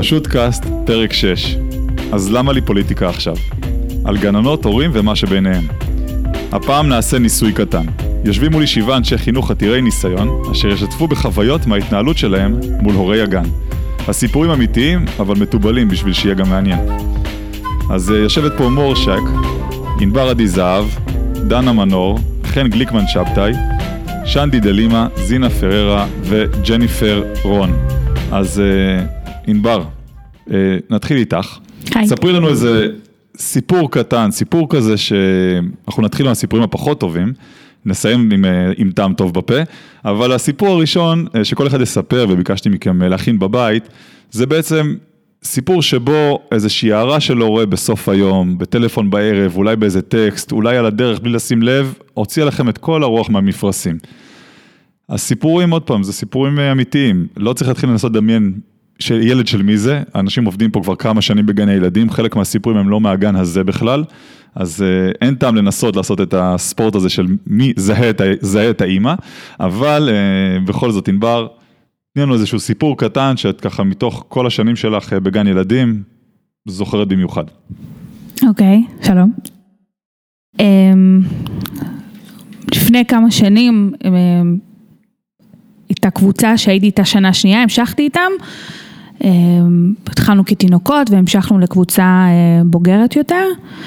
פשוט קאסט, פרק 6. אז למה לי פוליטיקה עכשיו? על גננות, הורים ומה שביניהם. הפעם נעשה ניסוי קטן. יושבים מולי 7 אנשי חינוך עתירי ניסיון, אשר ישתפו בחוויות מההתנהלות שלהם מול הורי הגן. הסיפורים אמיתיים, אבל מטובלים בשביל שיהיה גם מעניין. אז יושבת פה מור שק, ענבר עדי זהב, דנה מנור, חן גליקמן שבתאי, שנדי דלימה, זינה פררה וג'ניפר רון. אז ענבר, נתחיל איתך. היי. ספרי לנו איזה סיפור קטן, סיפור כזה שאנחנו נתחיל עם הסיפורים הפחות טובים, נסיים עם טעם טוב בפה, אבל הסיפור הראשון שכל אחד יספר וביקשתי מכם להכין בבית, זה בעצם סיפור שבו איזושהי הערה של הורה בסוף היום, בטלפון בערב, אולי באיזה טקסט, אולי על הדרך בלי לשים לב, הוציאה לכם את כל הרוח מהמפרשים. הסיפורים, עוד פעם, זה סיפורים אמיתיים, לא צריך להתחיל לנסות לדמיין ילד של מי זה, האנשים עובדים פה כבר כמה שנים בגן הילדים, חלק מהסיפורים הם לא מהגן הזה בכלל, אז אין טעם לנסות לעשות את הספורט הזה של מי זהה את האמא, אבל בכל זאת ענבר, תני לנו איזשהו סיפור קטן, שאת ככה מתוך כל השנים שלך בגן ילדים, זוכרת במיוחד. אוקיי, שלום. לפני כמה שנים, הייתה קבוצה שהייתי איתה שנה שנייה, המשכתי איתם, התחלנו כתינוקות והמשכנו לקבוצה בוגרת יותר,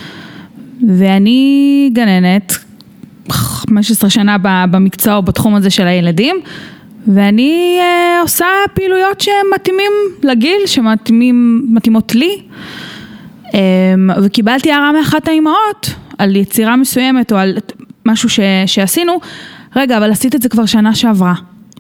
ואני גננת 15 שנה במקצוע בתחום הזה של הילדים, ואני עושה פעילויות שמתאימים לגיל, שמתאימות לי, וקיבלתי הערה מאחת האימהות על יצירה מסוימת או על משהו שעשינו, רגע, אבל עשית את זה כבר שנה שעברה.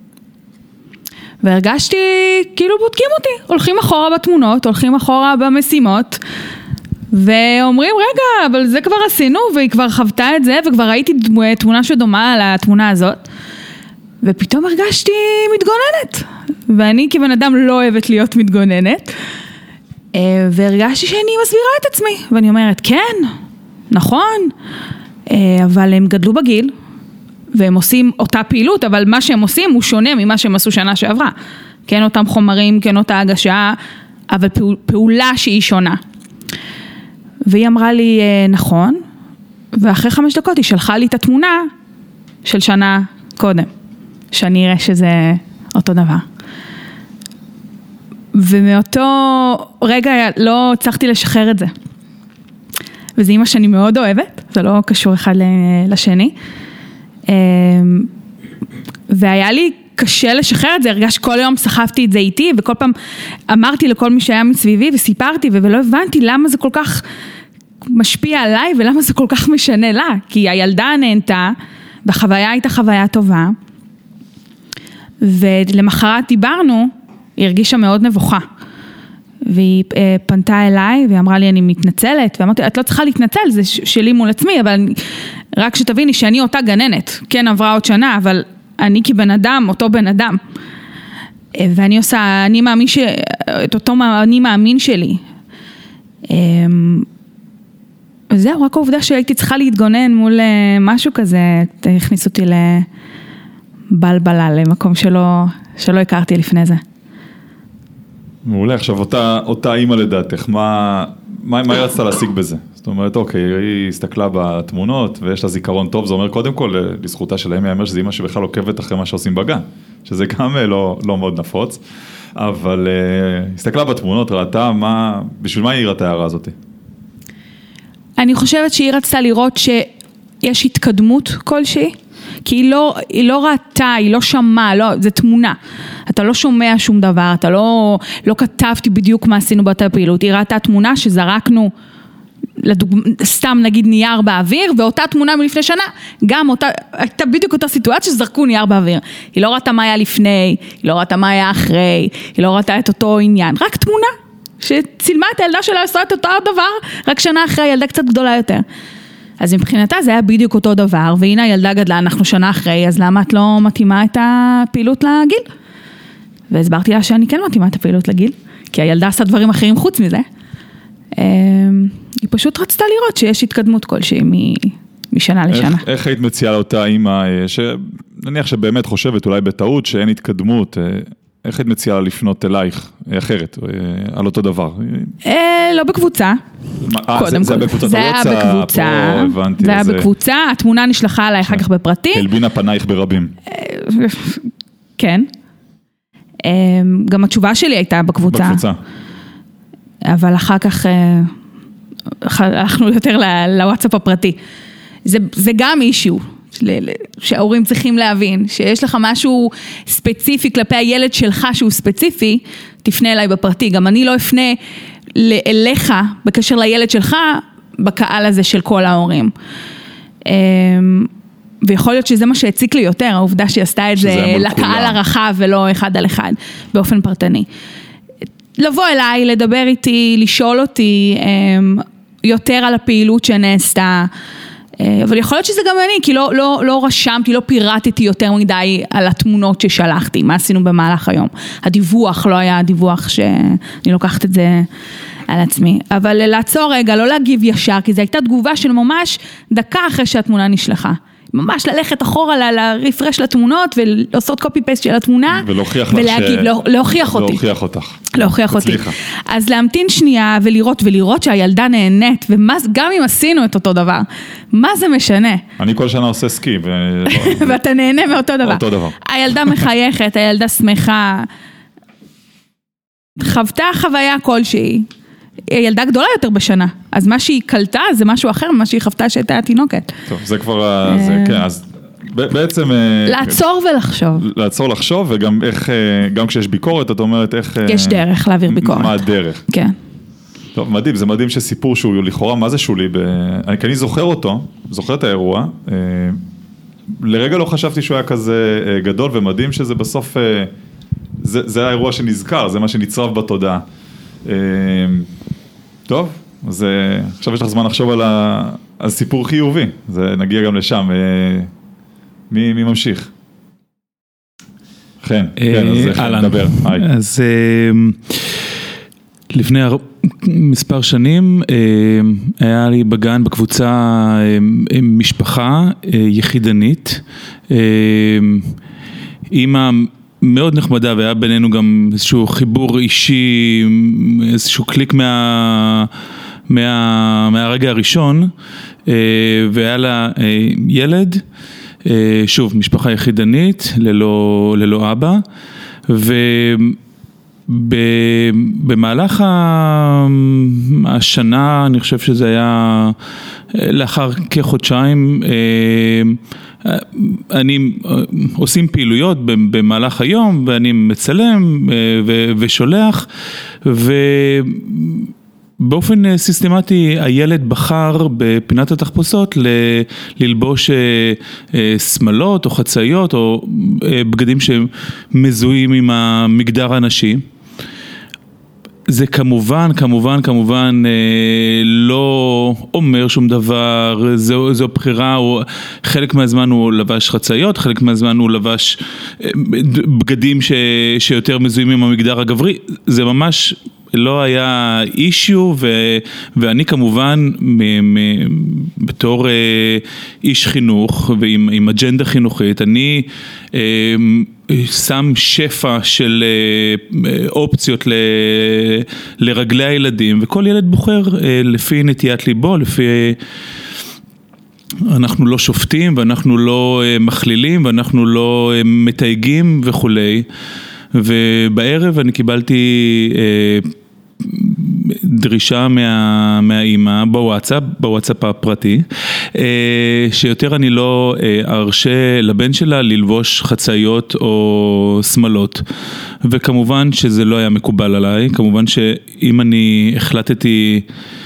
והרגשתי כאילו בודקים אותי, הולכים אחורה בתמונות, הולכים אחורה במשימות, ואומרים רגע, אבל זה כבר עשינו, והיא כבר חוותה את זה, וכבר ראיתי תמונה שדומה על התמונה הזאת, ופתאום הרגשתי מתגוננת, ואני כבן אדם לא אוהבת להיות מתגוננת, והרגשתי שאני מסבירה את עצמי, ואני אומרת כן, נכון, אבל הם גדלו בגיל, והם עושים אותה פעילות, אבל מה שהם עושים הוא שונה ממה שהם עשו שנה שעברה. כן אותם חומרים, כן אותה הגשה, אבל פעולה שהיא שונה. והיא אמרה לי, נכון, ואחרי 5 דקות היא שלחה לי את התמונה של שנה קודם, שאני אראה שזה אותו דבר. ומאותו רגע לא הצלחתי לשחרר את זה. וזה אימא שאני מאוד אוהבת, זה לא קשור אחד לשני. והיה לי קשה לשחרר את זה, הרגש כל יום סחבתי את זה איתי, וכל פעם אמרתי לכל מי שהיה מסביבי וסיפרתי, ולא הבנתי למה זה כל כך משפיע עליי, ולמה זה כל כך משנה לה, כי הילדה נהנתה, והחוויה הייתה חוויה טובה, ולמחרת דיברנו, היא הרגישה מאוד נבוכה, והיא פנתה אליי, והיא אמרה לי אני מתנצלת, ואמרתי את לא צריכה להתנצל, זה שלי מול עצמי, אבל רק שתביני שאני אותה גננת, כן עברה עוד שנה, אבל אני כבן אדם, אותו בן אדם, ואני עושה, אני מאמין את אותו אני מאמין שלי, וזהו, רק העובדה שהייתי צריכה להתגונן מול משהו כזה, הכניס אותי לבלבלה, למקום שלא הכרתי לפני זה. מעולה, עכשיו אותה אימא לדעתך, מה היא רצתה להשיג בזה? זאת אומרת, אוקיי, היא הסתכלה בתמונות ויש לה זיכרון טוב, זה אומר קודם כל לזכותה שלהם, היא אומר שזה אימא שבכלל עוקבת אחרי מה שעושים בגן, שזה גם לא מאוד נפוץ, אבל הסתכלה בתמונות, ראתה בשביל מה היא ראתה הערה הזאת? אני חושבת שהיא רצתה לראות שיש התקדמות כלשהי, כי היא לא ראתה, היא לא שמעה, זה תמונה. אתה לא שומע שום דבר, אתה לא כתבתי בדיוק מה עשינו באותה פעילות. היא ראתה תמונה שזרקנו, סתם נגיד נייר באוויר, ואותה תמונה מלפני שנה, גם הייתה בדיוק אותה סיטואציה שזרקו נייר באוויר. היא לא ראתה מה היה לפני, היא לא ראתה מה היה אחרי, היא לא ראתה את אותו עניין, רק תמונה שצילמה את הילדה שלה לעשות את אותו דבר, רק שנה אחרי, ילדה קצת גדולה יותר. אז מבחינתה זה היה בדיוק אותו דבר, והנה הילדה גדלה, אנחנו שנה אחרי, אז למה את לא מתאימה את הפעילות לגיל? והסברתי לה שאני כן מתאימה את הפעילות לגיל, כי הילדה עשה דברים אחרים חוץ מזה. היא פשוט רצתה לראות שיש התקדמות כלשהי משנה לשנה. איך היית מציעה לאותה אימא, שנניח שבאמת חושבת אולי בטעות שאין התקדמות, איך היית מציעה לפנות אלייך, אחרת, על אותו דבר? לא בקבוצה. זה היה בקבוצת הוואטסאפ, הבנתי. זה היה בקבוצה, התמונה נשלחה עליי אחר כך בפרטי. הלבינה פנייך ברבים. כן. גם התשובה שלי הייתה בקבוצה. בקבוצה. אבל אחר כך הלכנו יותר לוואטסאפ הפרטי. זה גם אישיו. שההורים צריכים להבין, שיש לך משהו ספציפי כלפי הילד שלך שהוא ספציפי, תפנה אליי בפרטי, גם אני לא אפנה אליך בקשר לילד שלך, בקהל הזה של כל ההורים. ויכול להיות שזה מה שהציק לי יותר, העובדה שהיא עשתה את זה לקהל הרחב ולא אחד על אחד, באופן פרטני. לבוא אליי, לדבר איתי, לשאול אותי יותר על הפעילות שנעשתה, אבל יכול להיות שזה גם אני, כי לא רשמתי, לא פירטתי יותר מדי על התמונות ששלחתי, מה עשינו במהלך היום. הדיווח לא היה הדיווח שאני לוקחת את זה על עצמי. אבל לעצור רגע, לא להגיב ישר, כי זו הייתה תגובה של ממש דקה אחרי שהתמונה נשלחה. ממש ללכת אחורה לרפרש לתמונות ולעשות קופי פייסט של התמונה ולהגיב, להוכיח אותי. להוכיח אותי. אז להמתין שנייה ולראות שהילדה נהנית, וגם אם עשינו את אותו דבר, מה זה משנה? אני כל שנה עושה סקי. ואתה נהנה מאותו דבר. אותו דבר. הילדה מחייכת, הילדה שמחה, חוותה חוויה כלשהי. ילדה גדולה יותר בשנה, אז מה שהיא קלטה זה משהו אחר ממה שהיא חוותה שהייתה התינוקת. טוב, זה כבר, כן, אז בעצם... לעצור ולחשוב. לעצור לחשוב, וגם איך, גם כשיש ביקורת, את אומרת איך... יש דרך להעביר ביקורת. מה הדרך? כן. טוב, מדהים, זה מדהים שסיפור שהוא לכאורה, מה זה שולי? כי אני זוכר אותו, זוכר את האירוע, לרגע לא חשבתי שהוא היה כזה גדול ומדהים, שזה בסוף, זה האירוע שנזכר, זה מה שנצרב בתודעה. טוב, אז עכשיו יש לך זמן לחשוב על סיפור חיובי, זה נגיע גם לשם, מי ממשיך? כן, אז נדבר. אז לפני מספר שנים היה לי בגן בקבוצה משפחה יחידנית, אמא מאוד נחמדה, והיה בינינו גם איזשהו חיבור אישי, איזשהו קליק מהרגע הראשון, והיה לה ילד, שוב, משפחה יחידנית, ללא אבא, ובמהלך השנה, אני חושב שזה היה לאחר כחודשיים, אני עושים פעילויות במהלך היום, ואני מצלם ושולח, ובאופן סיסטמטי הילד בחר בפינת התחפושות ללבוש שמלות או חצאיות או בגדים שמזוהים עם המגדר הנשי. זה כמובן לא אומר שום דבר, זו בחירה, חלק מהזמן הוא לבש חצאיות, חלק מהזמן הוא לבש בגדים שיותר מזוהים עם המגדר הגברי, זה ממש לא היה אישיו, ואני כמובן בתור איש חינוך ועם אג'נדה חינוכית, אני שם שפע של אופציות לרגלי הילדים, וכל ילד בוחר לפי נטיית ליבו, לפי... אנחנו לא שופטים, ואנחנו לא מכלילים, ואנחנו לא מתייגים וכולי. ובערב אני קיבלתי דרישה מהאימא בוואטסאפ הפרטי, שיותר אני לא ארשה לבן שלה ללבוש חצאיות או שמלות, וכמובן שזה לא היה מקובל עליי, כמובן שאם אני החלטתי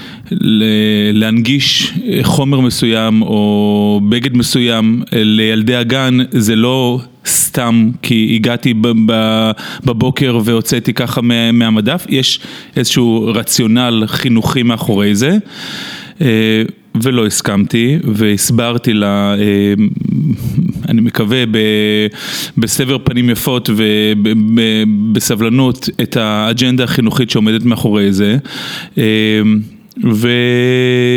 להנגיש חומר מסוים או בגד מסוים לילדי הגן, זה לא סתם כי הגעתי בבוקר והוצאתי ככה מהמדף, יש איזשהו רציונל חינוכי מאחורי זה, ולא הסכמתי, והסברתי לה, אני מקווה בסבר פנים יפות ובסבלנות, את האג'נדה החינוכית שעומדת מאחורי זה,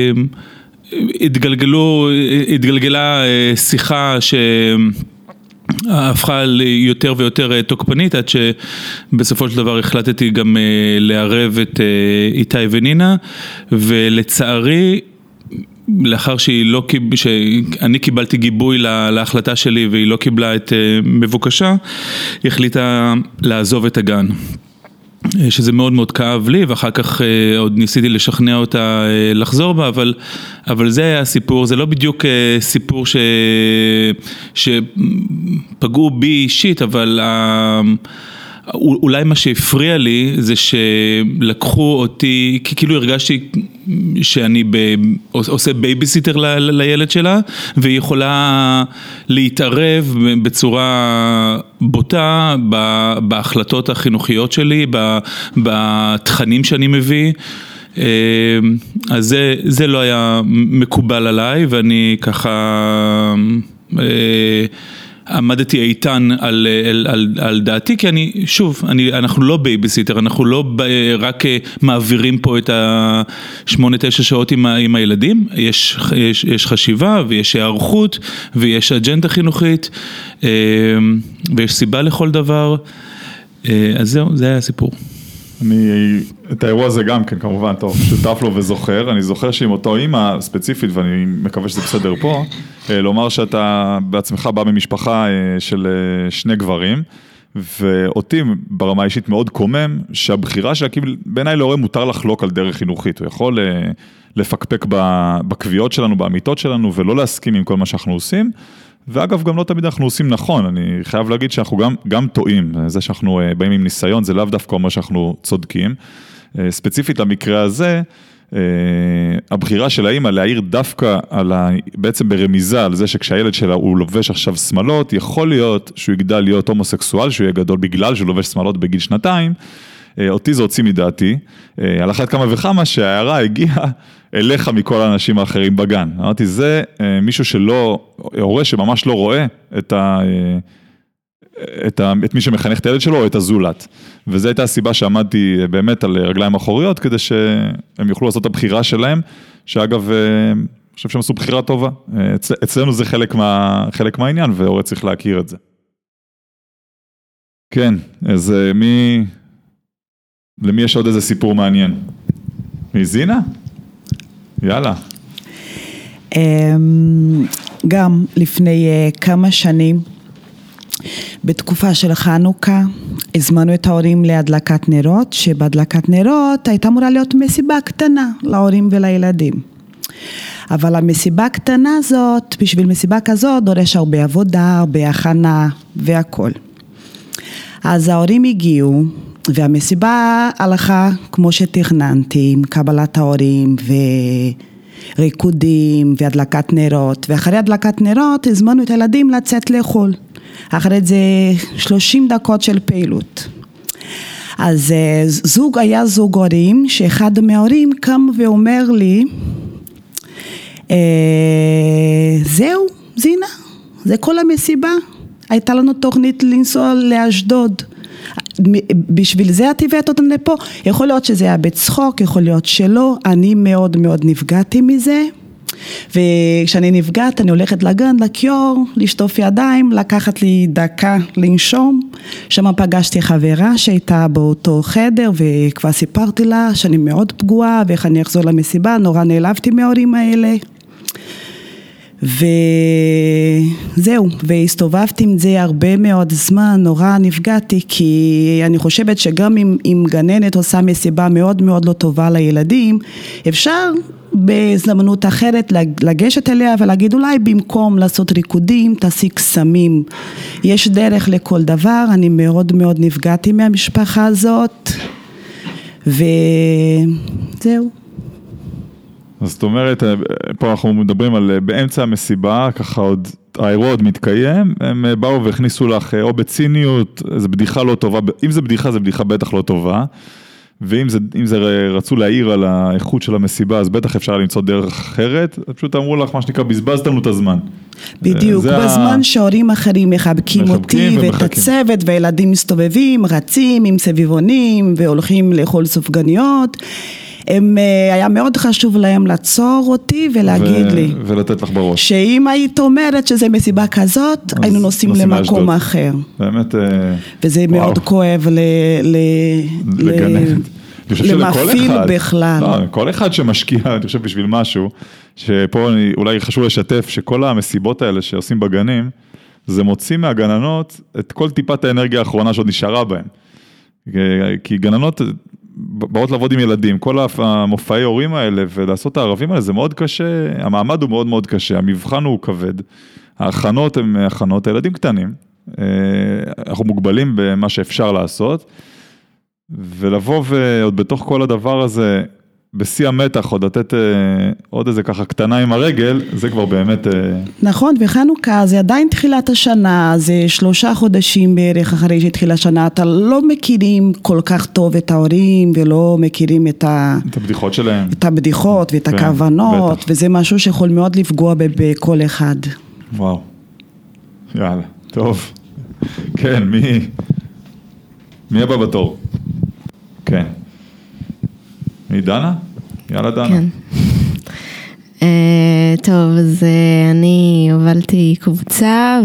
התגלגלה שיחה הפכה ליותר ויותר תוקפנית, עד שבסופו של דבר החלטתי גם לערב את איתי ונינה, ולצערי, לאחר שאני קיבלתי גיבוי להחלטה שלי והיא לא קיבלה את מבוקשה, היא החליטה לעזוב את הגן. שזה מאוד מאוד כאב לי, ואחר כך עוד ניסיתי לשכנע אותה לחזור בה, אבל זה היה הסיפור, זה לא בדיוק סיפור שפגעו בי אישית, אבל אולי מה שהפריע לי זה שלקחו אותי, כאילו הרגשתי שאני עושה בייביסיטר לילד שלה, והיא יכולה להתערב בצורה בוטה בהחלטות החינוכיות שלי, בתכנים שאני מביא, אז זה לא היה מקובל עליי, ואני ככה עמדתי איתן על דעתי, כי אנחנו לא בייביסיטר, אנחנו לא רק מעבירים פה את 8-9 שעות עם הילדים, יש חשיבה ויש הערכות ויש אג'נדה חינוכית ויש סיבה לכל דבר, אז זהו, זה היה הסיפור. את האירוע הזה גם כן, כמובן, טוב, שותף לו וזוכר, אני זוכר שעם אותו אימא ספציפית, ואני מקווה שזה בסדר פה, לומר שאתה בעצמך בא ממשפחה של 2 גברים, ואותי ברמה האישית מאוד קומם, שהבחירה שלה, כי בעיניי להורה מותר לחלוק על דרך חינוכית, הוא יכול לפקפק בקביעות שלנו, באמיתות שלנו, ולא להסכים עם כל מה שאנחנו עושים, ואגב, גם לא תמיד אנחנו עושים נכון, אני חייב להגיד שאנחנו גם טועים, זה שאנחנו באים עם ניסיון, זה לאו דווקא אומר שאנחנו צודקים, ספציפית למקרה הזה, הבחירה של האמא להעיר דווקא בעצם ברמיזה על זה שכשהילד שלה הוא לובש עכשיו שמלות, יכול להיות שהוא יגדל להיות הומוסקסואל, שהוא יהיה גדול בגלל שהוא לובש שמלות בגיל 2, אותי זה הוציא מדעתי, על אחת כמה וכמה שההערה הגיעה אליך מכל האנשים האחרים בגן. אמרתי, זה מישהו הורה שממש לא רואה את מי שמחנך את הילד שלו או את הזולת. וזו הייתה הסיבה שעמדתי באמת על רגליים אחוריות, כדי שהם יוכלו לעשות את הבחירה שלהם, שאגב, אני חושב שהם עשו בחירה טובה. אצלנו זה חלק מהעניין, והורה צריך להכיר את זה. כן, אז למי יש עוד איזה סיפור מעניין? מזינה? יאללה. גם לפני כמה שנים, בתקופה של חנוכה, הזמנו את ההורים להדלקת נרות, שבהדלקת נרות הייתה אמורה להיות מסיבה קטנה להורים ולילדים. אבל המסיבה הקטנה הזאת, בשביל מסיבה כזאת, דורש הרבה עבודה, הרבה הכנה והכל. אז ההורים הגיעו, והמסיבה הלכה כמו שתכננתי, עם קבלת ההורים וריקודים והדלקת נרות, ואחרי הדלקת נרות הזמנו את הילדים לצאת לאכול. אחרי זה 30 דקות של פעילות. אז היה זוג הורים, שאחד מההורים קם ואומר לי, זהו, זינה, זה כל המסיבה. הייתה לנו תוכנית לנסוע לאשדוד. בשביל זה את הבאת אותנו לפה. יכול להיות שזה היה בצחוק, יכול להיות שלא. אני מאוד מאוד נפגעתי מזה. וכשאני נפגעת, אני הולכת לגן, לכיור, לשטוף ידיים, לקחת לי דקה לנשום. שם פגשתי חברה שהייתה באותו חדר, וכבר סיפרתי לה שאני מאוד פגועה, ואיך אני אחזור למסיבה, נורא נעלבתי מההורים האלה. וזהו, והסתובבתי עם זה הרבה מאוד זמן, נורא נפגעתי, כי אני חושבת שגם אם גננת עושה מסיבה מאוד מאוד לא טובה לילדים, אפשר בהזדמנות אחרת לגשת אליה ולהגיד אולי במקום לעשות ריקודים, תעשי קסמים. יש דרך לכל דבר, אני מאוד מאוד נפגעתי מהמשפחה הזאת, וזהו. אז זאת אומרת, פה אנחנו מדברים על באמצע המסיבה, ככה עוד, האירוע עוד מתקיים, הם באו והכניסו לך או בציניות, זו בדיחה לא טובה, אם זה בדיחה, זה בדיחה בטח לא טובה, ואם זה רצו להעיר על האיכות של המסיבה, אז בטח אפשר למצוא דרך אחרת, פשוט אמרו לך מה שנקרא, בזבזת לנו את הזמן. בדיוק, בזמן שהורים אחרים מחבקים אותי ואת הצוות, וילדים מסתובבים, רצים עם סביבונים, והולכים לאכול סופגניות, היה מאוד חשוב להם לעצור אותי ולהגיד לי. ולתת לך בראש. שאם היית אומרת שזה מסיבה כזאת, היינו נוסעים למקום אחר. באמת... וזה מאוד כואב למפעיל בכלל. לא, כל אחד שמשקיע, אני חושב בשביל משהו, שפה אולי חשוב לשתף, שכל המסיבות האלה שעושים בגנים, זה מוציא מהגננות את כל טיפת האנרגיה האחרונה שעוד נשארה בהם. כי גננות באות לעבוד עם ילדים, כל המופעי הורים האלה ולעשות את הערבים האלה, זה מאוד קשה, המעמד הוא מאוד מאוד קשה, המבחן הוא כבד, ההכנות הן הכנות, הילדים קטנים, אנחנו מוגבלים במה שאפשר לעשות, ולבוא ועוד בתוך כל הדבר הזה, בשיא המתח, עוד לתת עוד איזה ככה קטנה עם הרגל, זה כבר באמת... נכון, וחנוכה זה עדיין תחילת השנה, זה 3 חודשים בערך אחרי שהתחילה השנה, אתה לא מכירים כל כך טוב את ההורים, ולא מכירים את הבדיחות שלהם. את הבדיחות ואת הכוונות, וזה משהו שיכול מאוד לפגוע בכל אחד. וואו, יאללה, טוב. כן, מי הבא בתור? כן. מי דנה? יאללה דנה. כן. טוב, אז אני הובלתי קבוצה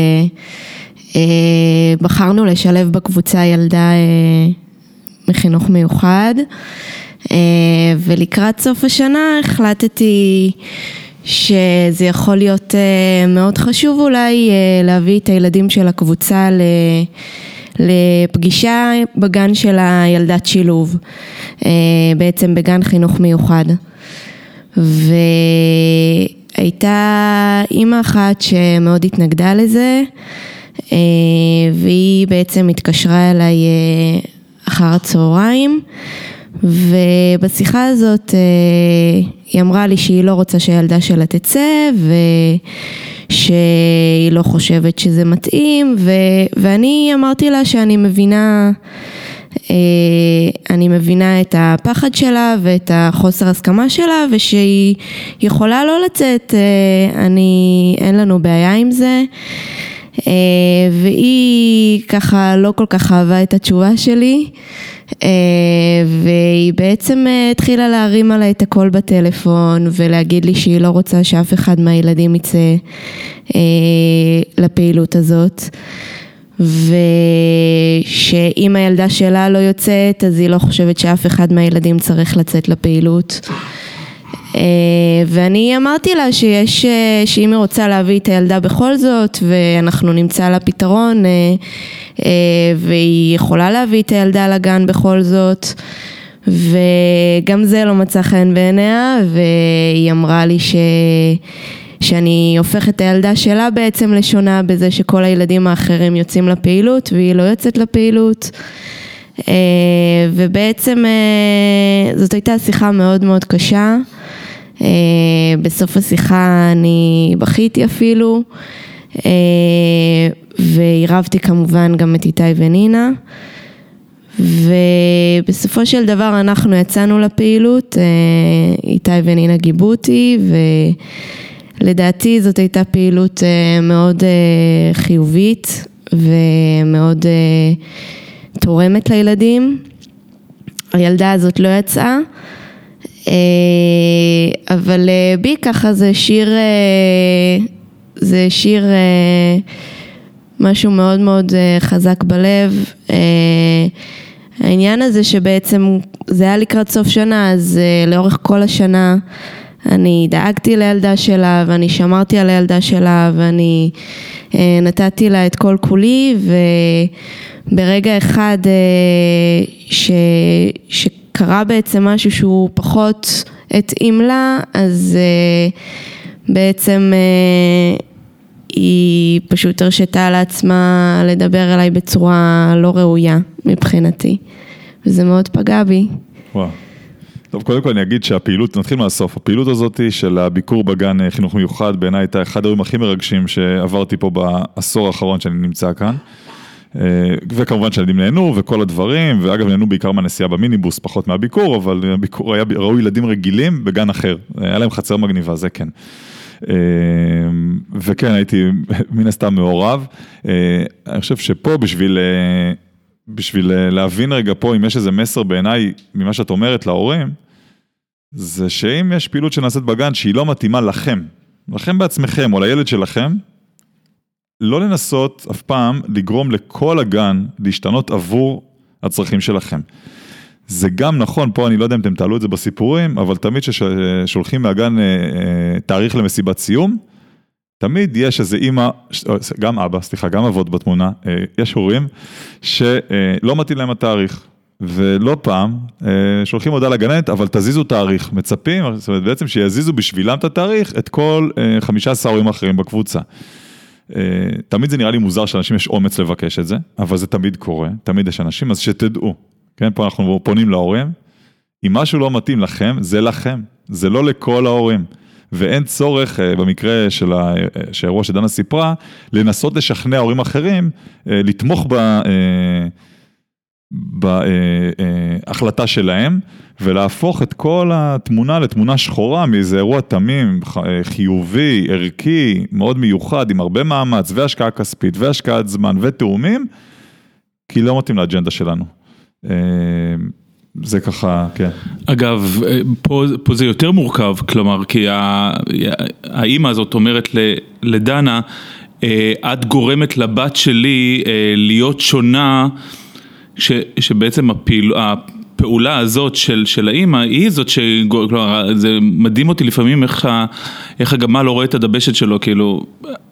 ובחרנו לשלב בקבוצה ילדה מחינוך מיוחד, ולקראת סוף השנה החלטתי שזה יכול להיות מאוד חשוב אולי להביא את הילדים של הקבוצה לפגישה בגן של הילדת שילוב, בעצם בגן חינוך מיוחד. והייתה אימא אחת שמאוד התנגדה לזה, והיא בעצם התקשרה אליי אחר הצהריים, ובשיחה הזאת היא אמרה לי שהיא לא רוצה שהילדה שלה תצא, שהיא לא חושבת שזה מתאים, ואני אמרתי לה שאני מבינה את הפחד שלה ואת החוסר הסכמה שלה, ושהיא יכולה לא לצאת, אין לנו בעיה עם זה. והיא ככה לא כל כך אהבה את התשובה שלי, והיא בעצם התחילה להרים עליי את הכל בטלפון ולהגיד לי שהיא לא רוצה שאף אחד מהילדים יצא לפעילות הזאת, ושאם הילדה שלה לא יוצאת אז היא לא חושבת שאף אחד מהילדים צריך לצאת לפעילות. ואני אמרתי לה שאם היא רוצה להביא את הילדה בכל זאת ואנחנו נמצא לה פתרון, והיא יכולה להביא את הילדה לגן בכל זאת, וגם זה לא מצא חן בעיניה, והיא אמרה לי שאני הופך את הילדה שלה בעצם לשונה בזה שכל הילדים האחרים יוצאים לפעילות והיא לא יוצאת לפעילות. ובעצם זאת הייתה שיחה מאוד מאוד קשה. בסוף השיחה אני בכיתי אפילו, והירבתי כמובן גם את איתי ונינה, ובסופו של דבר אנחנו יצאנו לפעילות, איתי ונינה גיבו אותי, ולדעתי זאת הייתה פעילות מאוד חיובית ומאוד תורמת לילדים. הילדה הזאת לא יצאה, אבל בי ככה זה שיר משהו מאוד מאוד חזק בלב. העניין הזה שבעצם זה היה לקראת סוף שנה, אז לאורך כל השנה אני דאגתי לילדה שלה ואני שמרתי על הילדה שלה ואני נתתי לה את כל כולי, וברגע אחד שקרה בעצם משהו שהוא פחות התאים לה, אז בעצם היא פשוט הרשתה לעצמה לדבר אליי בצורה לא ראויה מבחינתי, וזה מאוד פגע בי. וואו. טוב, קודם כל אני אגיד שהפעילות, נתחיל מהסוף, הפעילות הזאת של הביקור בגן חינוך מיוחד, בעיניי הייתה אחד האירועים הכי מרגשים שעברתי פה בעשור האחרון שאני נמצא כאן, וכמובן שהילדים נהנו וכל הדברים, ואגב נהנו בעיקר מהנסיעה במיניבוס, פחות מהביקור, אבל הביקור היה ראו ילדים רגילים בגן אחר, היה להם חצר מגניבה, זה כן. וכן, הייתי מן הסתם מעורב. אני חושב שפה בשביל להבין רגע פה, אם יש איזה מסר בעיניי ממה שאת אומרת להורים, זה שאם יש פעילות שנעשית בגן שהיא לא מתאימה לכם בעצמכם או לילד שלכם, לא לנסות אף פעם לגרום לכל הגן להשתנות עבור הצרכים שלכם. זה גם נכון, פה אני לא יודע אם אתם תעלו את זה בסיפורים, אבל תמיד ששולחים מהגן תאריך למסיבת סיום, תמיד יש איזה אמא, גם אבא, סליחה, גם אבות בתמונה, יש הורים שלא מתאים להם התאריך, ולא פעם שולחים הודעה לגננת, אבל תזיזו תאריך, מצפים, זאת אומרת בעצם שיזיזו בשבילם את התאריך, את כל 15 הורים אחרים בקבוצה. תמיד זה נראה לי מוזר שאנשים יש אומץ לבקש את זה, אבל זה תמיד קורה, תמיד יש אנשים, אז שתדעו, כן, פה אנחנו פונים להורים, אם משהו לא מתאים לכם, זה לכם, זה לא לכל ההורים, ואין צורך במקרה של האירוע שדנה סיפרה, לנסות לשכנע הורים אחרים, לתמוך בהחלטה שלהם, ולהפוך את כל התמונה לתמונה שחורה, מאיזה אירוע תמים, חיובי, ערכי, מאוד מיוחד, עם הרבה מאמץ, והשקעה כספית, והשקעת זמן, ותאומים, כי לא מתאים לאג'נדה שלנו. זה ככה, כן. אגב, פה זה יותר מורכב, כלומר, כי האמא הזאת אומרת לדנה, את גורמת לבת שלי להיות שונה, שבעצם הפעולה הזאת של האמא, היא זאת כלומר, זה מדהים אותי לפעמים איך הגמל לא רואה את הדבשת שלו, כאילו,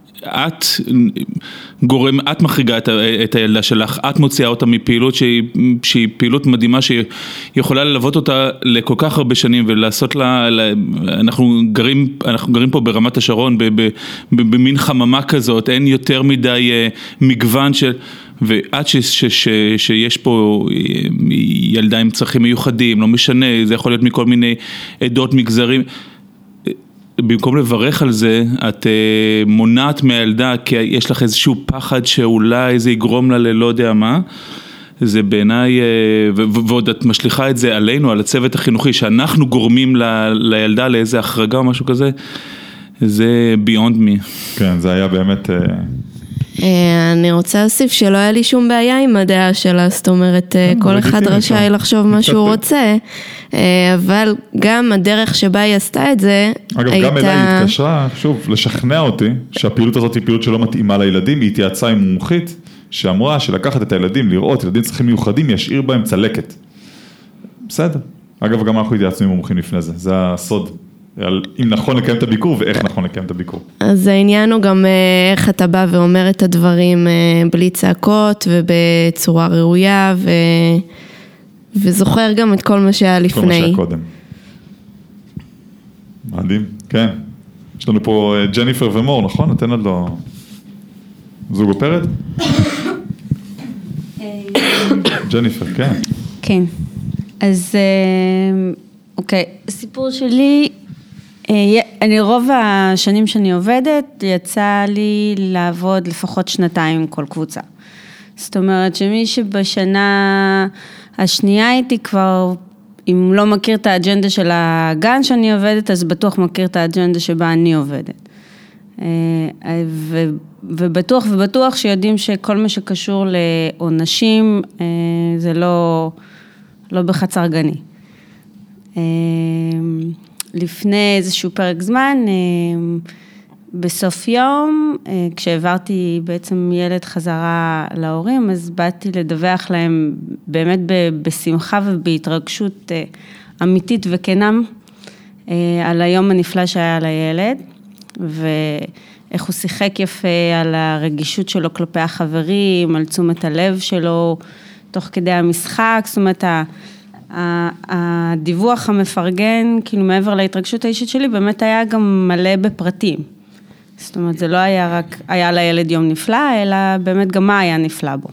את מחריגה את הילדה שלך, את מוציאה אותה מפעילות שהיא פעילות מדהימה, שהיא יכולה ללוות אותה לכל כך הרבה שנים, ולעשות לה, אנחנו גרים פה ברמת השרון, במין חממה כזאת, אין יותר מדי מגוון של, ועד שיש פה ילדה עם צרכים מיוחדים, לא משנה, זה יכול להיות מכל מיני עדות, מגזרים, במקום לברך על זה, את מונעת מהילדה, כי יש לך איזשהו פחד שאולי זה יגרום לה ללא יודע מה, זה בעיניי, ועוד את משליחה את זה עלינו, על הצוות החינוכי, שאנחנו גורמים לילדה לאיזה החרגה או משהו כזה, זה beyond me. כן, זה היה באמת... אני רוצה להוסיף שלא היה לי שום בעיה עם הדעה שלה, זאת אומרת, כל אחד רשאי לחשוב מה שהוא רוצה, אבל גם הדרך שבה היא עשתה את זה, אגב, גם אליי היא התקשרה, שוב, לשכנע אותי, שהפעילות הזאת היא פעילות שלא מתאימה לילדים, היא התייעצה עם מומחית, שאמרה שלקחת את הילדים, לראות ילדים צריכים מיוחדים, ישאיר בהם צלקת. בסדר. אגב, גם אנחנו התייעצנו עם מומחים לפני זה, זה הסוד. אם נכון לקיים את הביקור ואיך נכון לקיים את הביקור. אז העניין הוא גם איך אתה בא ואומר את הדברים בלי צעקות ובצורה ראויה וזוכר גם את כל מה שהיה לפני. כל מה שהיה קודם. מדהים, כן. יש לנו פה ג'ניפר ומור, נכון? נתן עד לו זוג הפרד? ג'ניפר, כן. כן. אז אוקיי, הסיפור שלי, אני רוב השנים שאני עובדת, יצא לי לעבוד לפחות 2 עם כל קבוצה. זאת אומרת שמי שבשנה השנייה הייתי כבר, אם לא מכיר את האג'נדה של הגן שאני עובדת, אז בטוח מכיר את האג'נדה שבה אני עובדת. ובטוח שיודעים שכל מה שקשור לעונשים, זה לא בחצר גני. לפני איזשהו פרק זמן, בסוף יום, כשהעברתי בעצם ילד חזרה להורים, אז באתי לדווח להם באמת בשמחה ובהתרגשות אמיתית וכנם, על היום הנפלא שהיה לילד, ואיך הוא שיחק יפה על הרגישות שלו כלפי החברים, על תשומת הלב שלו, תוך כדי המשחק, זאת אומרת, הדיווח המפרגן, כאילו מעבר להתרגשות האישית שלי, באמת היה גם מלא בפרטים. זאת אומרת, זה לא היה רק, היה לילד יום נפלא, אלא באמת גם מה היה נפלא בו.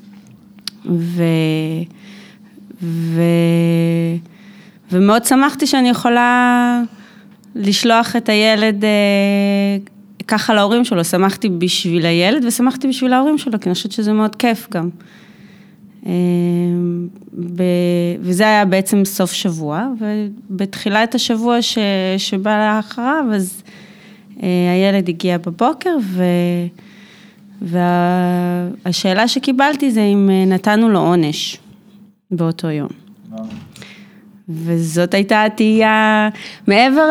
ומאוד שמחתי שאני יכולה לשלוח את הילד ככה להורים שלו. שמחתי בשביל הילד ושמחתי בשביל ההורים שלו, כי אני חושבת שזה מאוד כיף גם. וזה היה בעצם סוף שבוע, ובתחילת השבוע שבא לאחריו, אז הילד הגיע בבוקר, והשאלה שקיבלתי זה אם נתנו לו עונש באותו יום. וזאת הייתה התהייה, מעבר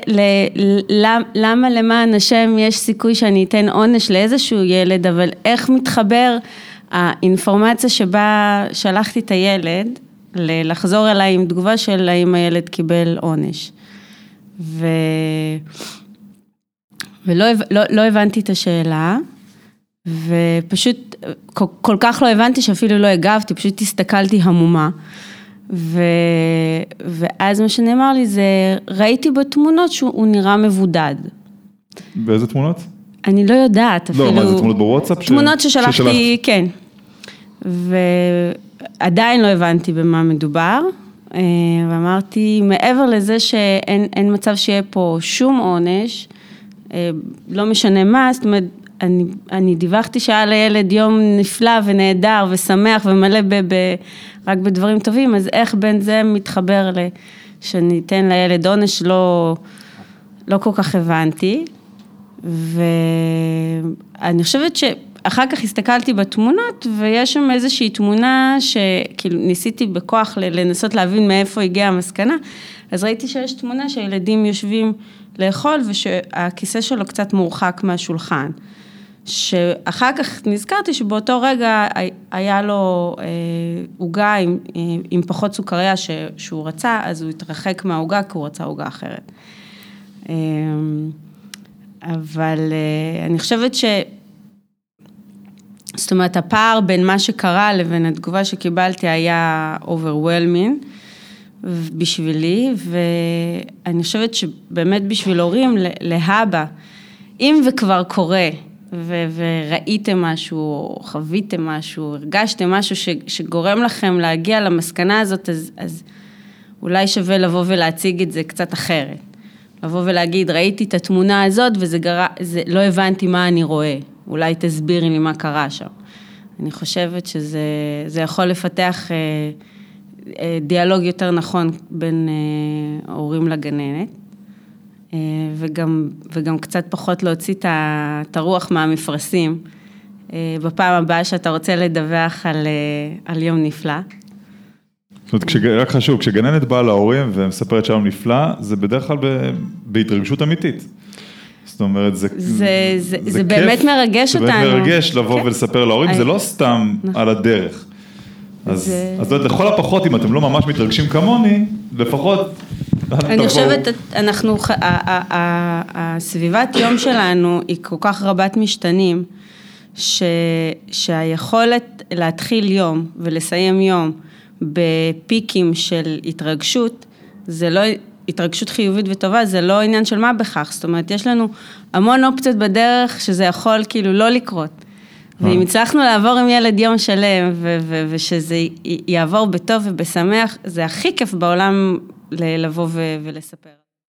למה למען השם יש סיכוי שאני אתן עונש לאיזשהו ילד, אבל איך מתחבר האינפורמציה שבה שלחתי את הילד, לחזור אליי עם תגובה של האם הילד קיבל עונש. ולא הבנתי את השאלה, ופשוט כל כך לא הבנתי שאפילו לא הגבתי, פשוט הסתכלתי המומה. ואז מה שנאמר לי זה, ראיתי בתמונות שהוא נראה מבודד. באיזה תמונות? אני לא יודעת אפילו. לא, מה זה תמונות בוואטסאפ? תמונות ששלחתי, כן. ועדיין לא הבנתי במה מדובר, ואמרתי, מעבר לזה שאין מצב שיהיה פה שום עונש, לא משנה מה, זאת אומרת, אני דיווחתי שהיה לילד יום נפלא ונהדר ושמח ומלא רק בדברים טובים, אז איך בין זה מתחבר שאני אתן לילד עונש, לא כל כך הבנתי, ואני חושבת שאחר כך הסתכלתי בתמונות, ויש שם איזושהי תמונה שכאילו ניסיתי בכוח לנסות להבין מאיפה הגיעה המסקנה, אז ראיתי שיש תמונה שהילדים יושבים לאכול, ושהכיסא שלו קצת מורחק מהשולחן. שאחר כך נזכרתי שבאותו רגע היה לו עוגה עם פחות סוכריה שהוא רצה, אז הוא התרחק מהעוגה כי הוא רצה עוגה אחרת. אבל אני חושבת זאת אומרת, הפער בין מה שקרה לבין התגובה שקיבלתי היה overwhelming בשבילי, ואני חושבת שבאמת בשביל הורים להבא, אם וכבר קורה, וראיתם משהו, חוויתם משהו, הרגשתם משהו שגורם לכם להגיע למסקנה הזאת, אז אולי שווה לבוא ולהציג את זה קצת אחרת. לבוא ולהגיד, ראיתי את התמונה הזאת, לא הבנתי מה אני רואה. אולי תסבירי לי מה קרה שם. אני חושבת שזה יכול לפתח דיאלוג יותר נכון בין הורים לגננת. וגם קצת פחות להוציא את הרוח מהמפרסים, בפעם הבאה שאתה רוצה לדווח על יום נפלא. זאת אומרת, רק חשוב, כשגננת באה להורים ומספרת שהיום נפלא, זה בדרך כלל בהתרגשות אמיתית. זאת אומרת, זה באמת מרגש אותנו. זה באמת מרגש לבוא ולספר להורים, זה לא סתם על הדרך. אז לכל הפחות, אם אתם לא ממש מתרגשים כמוני, לפחות אני חושבת, הסביבת יום שלנו היא כל כך רבת משתנים, שהיכולת להתחיל יום ולסיים יום בפיקים של התרגשות, זה לא, התרגשות חיובית וטובה, זה לא עניין של מה בכך, זאת אומרת, יש לנו המון אופציות בדרך שזה יכול כאילו לא לקרות. ואם הצלחנו לעבור עם ילד יום שלם, ושזה יעבור בטוב ובשמח, זה הכי כיף בעולם לבוא ולספר.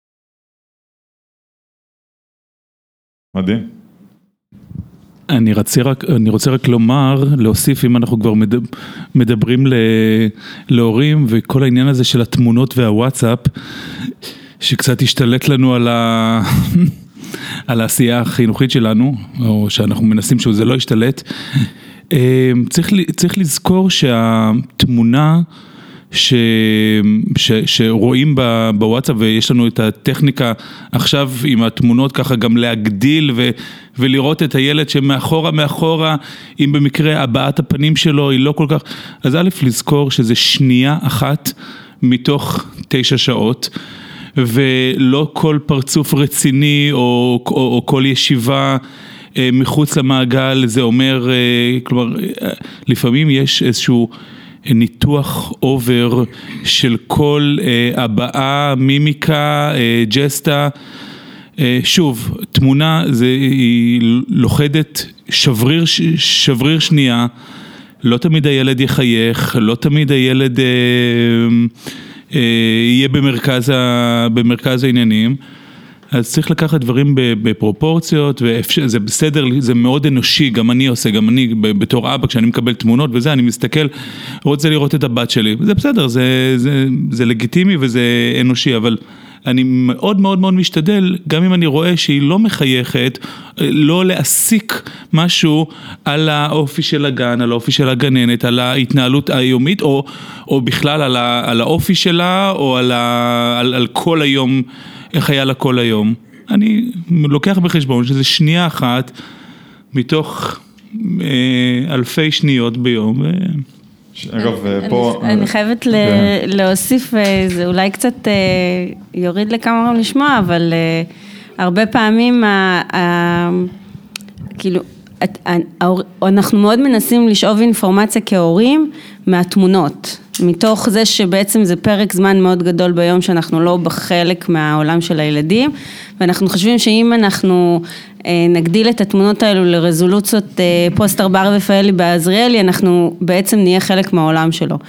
מדהים. אני רוצה רק לומר, להוסיף אם אנחנו כבר מדברים להורים, וכל העניין הזה של התמונות והוואטסאפ, שקצת השתלט לנו על העשייה החינוכית שלנו, או שאנחנו מנסים שזה לא ישתלט, צריך לזכור שהתמונה שרואים בוואטסאפ, ויש לנו את הטכניקה עכשיו עם התמונות ככה גם להגדיל ולראות את הילד שמאחורה, אם במקרה הבעת הפנים שלו היא לא כל כך, אז א' לזכור שזה שנייה אחת מתוך 9 שעות, ולא כל פרצוף רציני או כל ישיבה מחוץ למעגל, זה אומר, כלומר, לפעמים יש איזשהו ניתוח אובר של כל הבעה, מימיקה, ג'סטה, שוב, תמונה היא לוחדת שבריר שנייה, לא תמיד הילד יחייך, לא תמיד הילד יהיה במרכז העניינים, אז צריך לקחת דברים בפרופורציות, וזה בסדר, זה מאוד אנושי, גם אני עושה, גם אני בתור אבא, כשאני מקבל תמונות וזה, אני מסתכל, רוצה לראות את הבת שלי, זה בסדר, זה לגיטימי וזה אנושי, אבל אני מאוד מאוד מאוד משתדל, גם אם אני רואה שהיא לא מחייכת, לא להסיק משהו על האופי של הגן, על האופי של הגננת, על ההתנהלות היומית, או בכלל על האופי שלה, או על כל היום, איך היה לה כל היום. אני לוקח בחשבון שזה שנייה אחת, מתוך אלפי שניות ביום. אגב, פה... אני חייבת להוסיף, זה אולי קצת יוריד לכמה רם לשמוע, אבל הרבה פעמים, כאילו, אנחנו מאוד מנסים לשאוב אינפורמציה כהורים מהתמונות, מתוך זה שבעצם זה פרק זמן מאוד גדול ביום שאנחנו לא בחלק מהעולם של הילדים, ואנחנו חושבים שאם אנחנו נגדיל את התמונות האלו לרזולוציות פוסט ארבר ופאלי בעזריאלי, אנחנו בעצם נהיה חלק מהעולם שלו.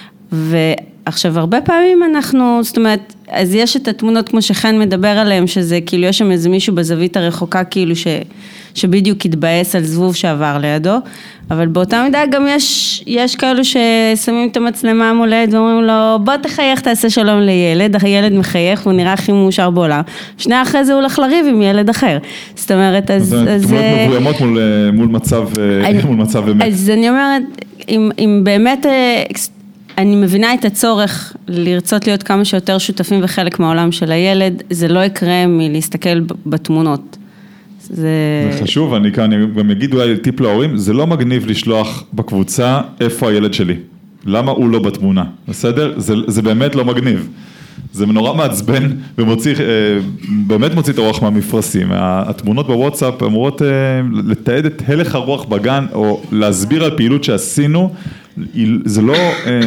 ועכשיו הרבה פעמים אנחנו, זאת אומרת, אז יש את התמונות כמו שחן מדבר עליהם, שזה כאילו יש שם איזה מישהו בזווית הרחוקה כאילו שבדיוק התבאס על זבוב שעבר לידו, אבל באותה מידה גם יש כאלו ששמים את המצלמה מולד ואומרים לו, בוא תחייך, תעשה שלום לילד, הילד מחייך, הוא נראה הכי מאושר בעולם, שנייה אחרי זה הוא הולך לריב עם ילד אחר. זאת אומרת, אז... תמונות מבוימות מול מצב אמת. אז אני אומרת, אם באמת... אני מבינה את הצורך לרצות להיות כמה שיותר שותפים וחלק מהעולם של הילד, זה לא יקרה מלהסתכל בתמונות. זה חשוב, אני כאן גם אגיד אולי טיפ להורים, זה לא מגניב לשלוח בקבוצה איפה הילד שלי. למה הוא לא בתמונה? בסדר? זה באמת לא מגניב. זה נורא מעצבן ומוציא, באמת מוציא את הרוח מהמפרסים. התמונות בוואטסאפ אמורות לתעד את הלך הרוח בגן, או להסביר על פעילות שעשינו, זה לא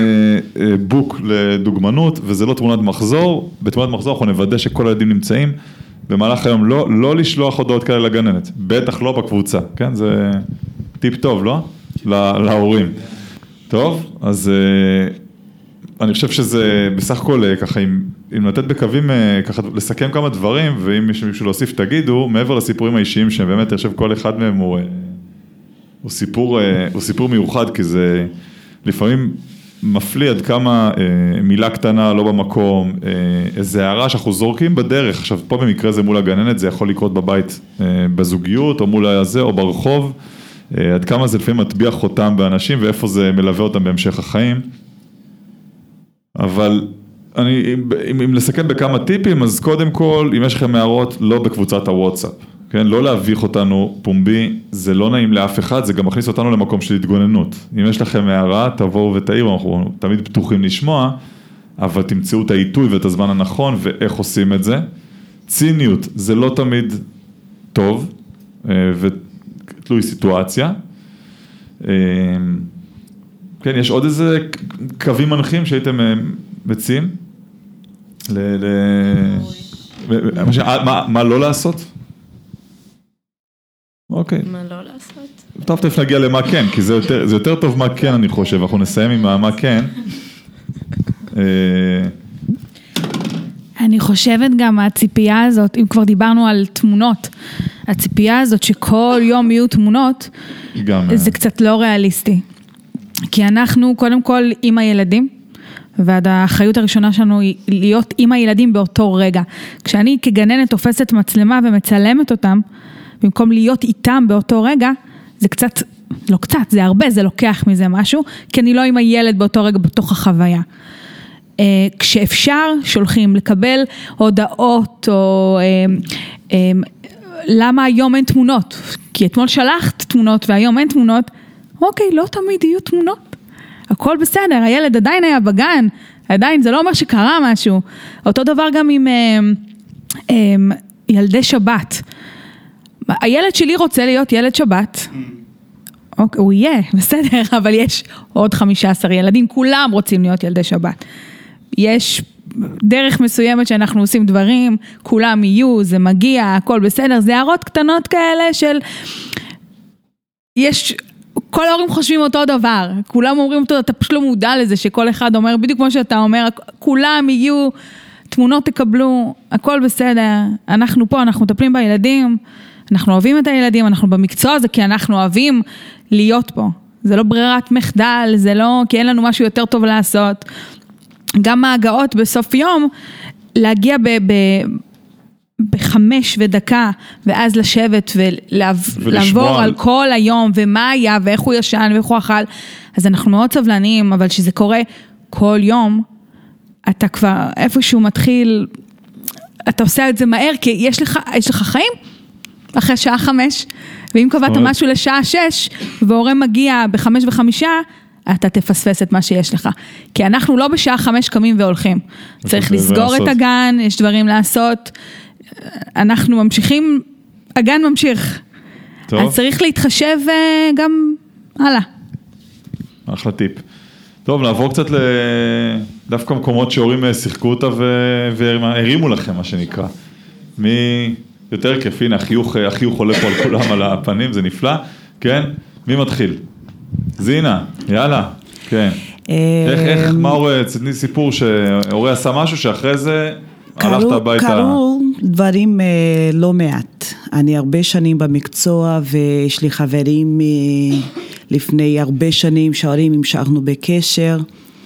בוק לדוגמנות, וזה לא תמונת מחזור. בתמונת מחזור אנחנו נוודא שכל הילדים נמצאים, במהלך היום לא לשלוח הודעות כאלה לגננת, בטח לא בקבוצה, כן? זה טיפ טוב, לא? להורים. טוב, אז אני חושב שזה בסך הכל ככה, אם לתת בקווים, ככה לסכם כמה דברים, ואם יש מישהו להוסיף תגידו, מעבר לסיפורים האישיים, שבאמת אני חושב כל אחד מהם הוא סיפור מיוחד, כי זה לפעמים מפליא עד כמה מילה קטנה לא במקום, איזה הערה שאנחנו זורקים בדרך, עכשיו פה במקרה זה מול הגננת, זה יכול לקרות בבית בזוגיות, או מול הזה, או ברחוב, עד כמה זה לפעמים מטביע חותם באנשים, ואיפה זה מלווה אותם בהמשך החיים. אבל אם לסכם בכמה טיפים, אז קודם כל, אם יש לכם הערות, לא בקבוצת הוואטסאפ, כן? לא להביך אותנו פומבי, זה לא נעים לאף אחד, זה גם מכניס אותנו למקום של התגוננות. אם יש לכם הערה, תבואו ותעירו, אנחנו תמיד פתוחים לשמוע, אבל תמצאו את העיתוי ואת הזמן הנכון, ואיך עושים את זה. ציניות, זה לא תמיד טוב, ותלוי סיטואציה. כן, יש עוד איזה קווים מנחים שהייתם מציעים? מה לא לעשות? אוקיי. מה לא לעשות? טוב, תכף נגיע למה כן, כי זה יותר טוב מה כן אני חושב, אנחנו נסיים עם מה כן. אני חושבת גם הציפייה הזאת, אם כבר דיברנו על תמונות, הציפייה הזאת שכל יום יהיו תמונות, זה קצת לא ריאליסטי. כי אנחנו קודם כל עם הילדים, והאחריות הראשונה שלנו היא להיות עם הילדים באותו רגע. כשאני כגננת תופסת מצלמה ומצלמת אותם, במקום להיות איתם באותו רגע, זה קצת, לא קצת, זה הרבה, זה לוקח מזה משהו, כי אני לא עם הילד באותו רגע בתוך החוויה. כשאפשר, שולחים לקבל הודעות, או למה היום אין תמונות? כי אתמול שלחת תמונות והיום אין תמונות, אוקיי, לא תמיד יהיו תמונות. הכל בסדר, הילד עדיין היה בגן, עדיין, זה לא אומר שקרה משהו. אותו דבר גם עם ילדי שבת. הילד שלי רוצה להיות ילד שבת. אוקיי, הוא יהיה, בסדר, אבל יש עוד 15 ילדים, כולם רוצים להיות ילדי שבת. יש דרך מסוימת שאנחנו עושים דברים, כולם יהיו, זה מגיע, הכל בסדר, זה הערות קטנות כאלה של... יש... כל ההורים חושבים אותו דבר, כולם אומרים אותו, אתה פשוט לא מודע לזה שכל אחד אומר, בדיוק כמו שאתה אומר, כולם יהיו, תמונות תקבלו, הכל בסדר, אנחנו פה, אנחנו מטפלים בילדים, אנחנו אוהבים את הילדים, אנחנו במקצוע הזה, כי אנחנו אוהבים להיות פה, זה לא ברירת מחדל, זה לא, כי אין לנו משהו יותר טוב לעשות, גם ההגעות בסוף יום, להגיע בחמש ודקה, ואז לשבת ולעבור על כל היום, ומה היה, ואיך הוא ישן, ואיך הוא אכל, אז אנחנו מאוד סבלניים, אבל שזה קורה כל יום, אתה כבר איפשהו מתחיל, אתה עושה את זה מהר, כי יש לך חיים, אחרי שעה 5, ואם קבעת משהו לשעה 6, והורה מגיע ב5:05, אתה תפספס את מה שיש לך. כי אנחנו לא בשעה 5 קמים והולכים. צריך לסגור את הגן, יש דברים לעשות. אנחנו ממשיכים, הגן ממשיך. טוב. אז צריך להתחשב גם הלאה. אחלה טיפ. טוב, נעבור קצת דווקא מקומות שהורים שיחקו אותה והרימו לכם, מה שנקרא. מי יותר כיף, הנה, החיוך עולה פה על כולם על הפנים, זה נפלא. כן? מי מתחיל? זינה, יאללה. כן. איך, מה הורה, צטני סיפור שהורה עשה משהו שאחרי זה הלכת הביתה? קרו דברים לא מעט. אני הרבה שנים במקצוע ויש לי חברים לפני הרבה שנים שההורים המשכנו בקשר,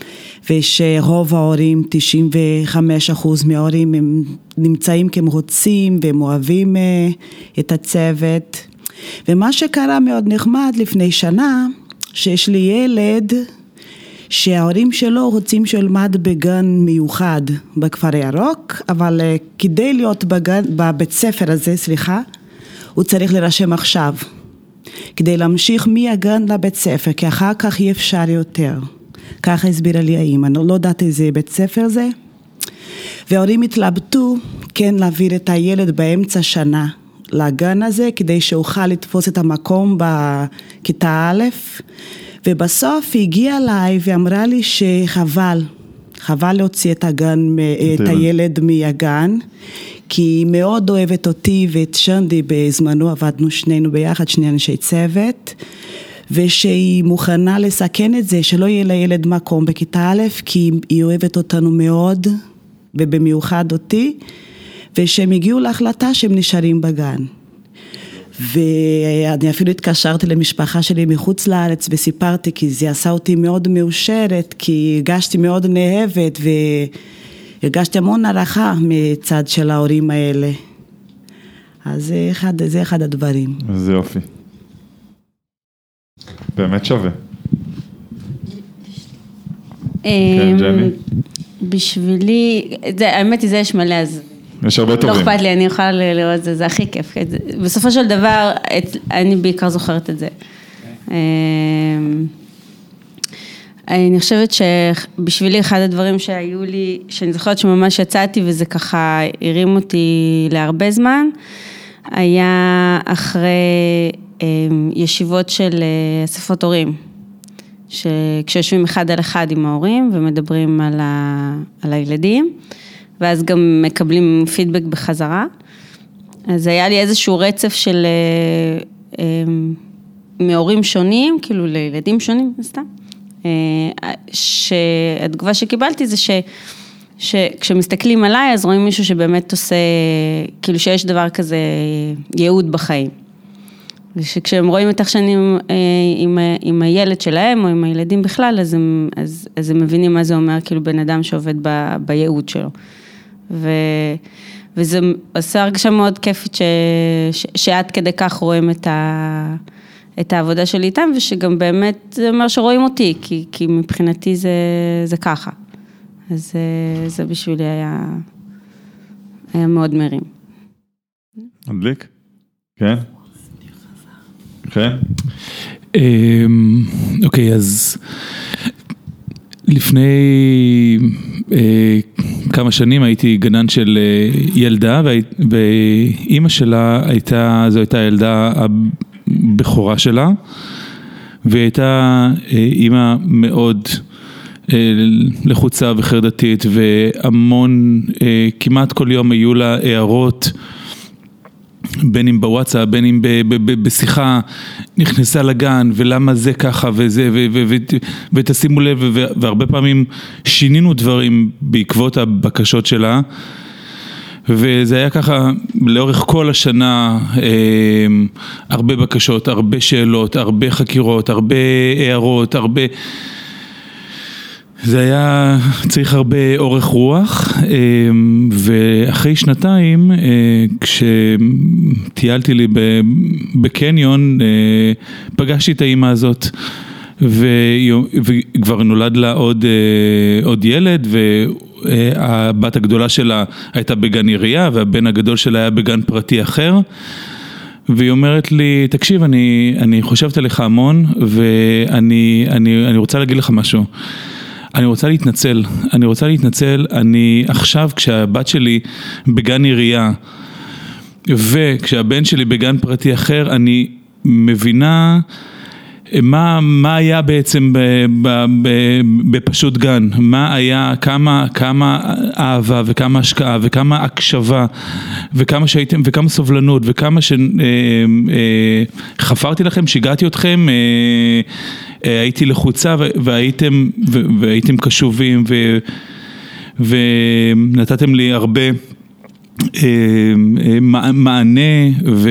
ושרוב ההורים, 95% מההורים הם נמצאים כי הם רוצים והם אוהבים את הצוות. ומה שקרה מאוד נחמד לפני שנה, שיש לי ילד שההורים שלו רוצים שילמד בגן מיוחד בכפר ירוק, אבל כדי להיות בבית ספר הזה, הוא צריך להירשם עכשיו, כדי להמשיך מהגן לבית ספר, כי אחר כך אי אפשר יותר. ככה הסבירה לי האמא, אני לא יודעת איזה בית ספר זה. וההורים התלבטו כן להעביר את הילד באמצע שנה לגן הזה, כדי שאוכל לתפוס את המקום בכיתה א', ובסוף היא הגיעה אליי ואמרה לי שחבל להוציא את הילד מהגן, כי היא מאוד אוהבת אותי ואת שנדי, בזמנו עבדנו שנינו ביחד, שני אנשי צוות, ושהיא מוכנה לסכן את זה, שלא יהיה לילד מקום בכיתה א', כי היא אוהבת אותנו מאוד, ובמיוחד אותי, ושהם הגיעו להחלטה שהם נשארים בגן. ואני אפילו התקשרתי למשפחה שלי מחוץ לארץ, וסיפרתי, כי זה עשה אותי מאוד מאושרת, כי הרגשתי מאוד נאהבת, והרגשתי המון הערכה מצד של ההורים האלה. אז זה אחד הדברים. זה יופי. באמת שווה. כן, ג'ני? בשבילי, האמת היא זה יש מלא, אז יש הרבה טובים. לא אכפת לי, אני יכולה לראות את זה, זה הכי כיף. בסופו של דבר, אני בעיקר זוכרת את זה. אני חושבת שבשבילי אחד הדברים שהיו לי, שאני זוכרת שממש יצאתי וזה ככה הרים אותי להרבה זמן, היה אחרי ישיבות של אספות הורים, שכשיושבים אחד על אחד עם ההורים ומדברים על הילדים, ואז גם מקבלים פידבק בחזרה. אז היה לי איזשהו רצף של מהורים שונים, כאילו לילדים שונים, סתם. שהתגובה שקיבלתי זה שכשמסתכלים עליי, אז רואים מישהו שבאמת עושה, כאילו שיש דבר כזה ייעוד בחיים. ושכשהם רואים את איך שאני עם הילד שלהם, או עם הילדים בכלל, אז הם מבינים מה זה אומר, כאילו בן אדם שעובד בייעוד שלו. וזה עושה הרגשה מאוד כיפית שעד כדי כך רואים את העבודה שלי איתם, ושגם באמת זה אומר שרואים אותי, כי מבחינתי זה ככה. אז זה בשבילי היה מאוד מרים. מדליק? כן? כן? אוקיי, אז לפני כמה שנים הייתי גנן של ילדה, ואימא שלה זו הייתה הילדה הבכורה שלה, והיא הייתה אימא מאוד לחוצה וחרדתית, והמון, כמעט כל יום היו לה הערות, בין אם בוואטסאפ, בין אם בשיחה, נכנסה לגן, ולמה זה ככה, וזה, ותשימו לב, והרבה פעמים שינינו דברים בעקבות הבקשות שלה, וזה היה ככה לאורך כל השנה, הרבה בקשות, הרבה שאלות, הרבה חקירות, הרבה הערות, הרבה... זה היה צריך הרבה אורך רוח, ואחרי שנתיים, כשטיילתי לי בקניון, פגשתי את האמא הזאת, וכבר נולד לה עוד ילד, והבת הגדולה שלה הייתה בגן עירייה, והבן הגדול שלה היה בגן פרטי אחר, והיא אומרת לי, תקשיב, אני חושבת עליך המון, ואני רוצה להגיד לך משהו. אני רוצה להתנצל, אני עכשיו כשהבת שלי בגן עירייה, וכשהבן שלי בגן פרטי אחר, אני מבינה מה היה בעצם בפשוט גן, מה היה, כמה אהבה וכמה השקעה וכמה הקשבה וכמה שהייתם וכמה סובלנות וכמה שחפרתי לכם, שיגעתי אתכם, הייתי לחוצה והייתם קשובים ונתתם לי הרבה מענה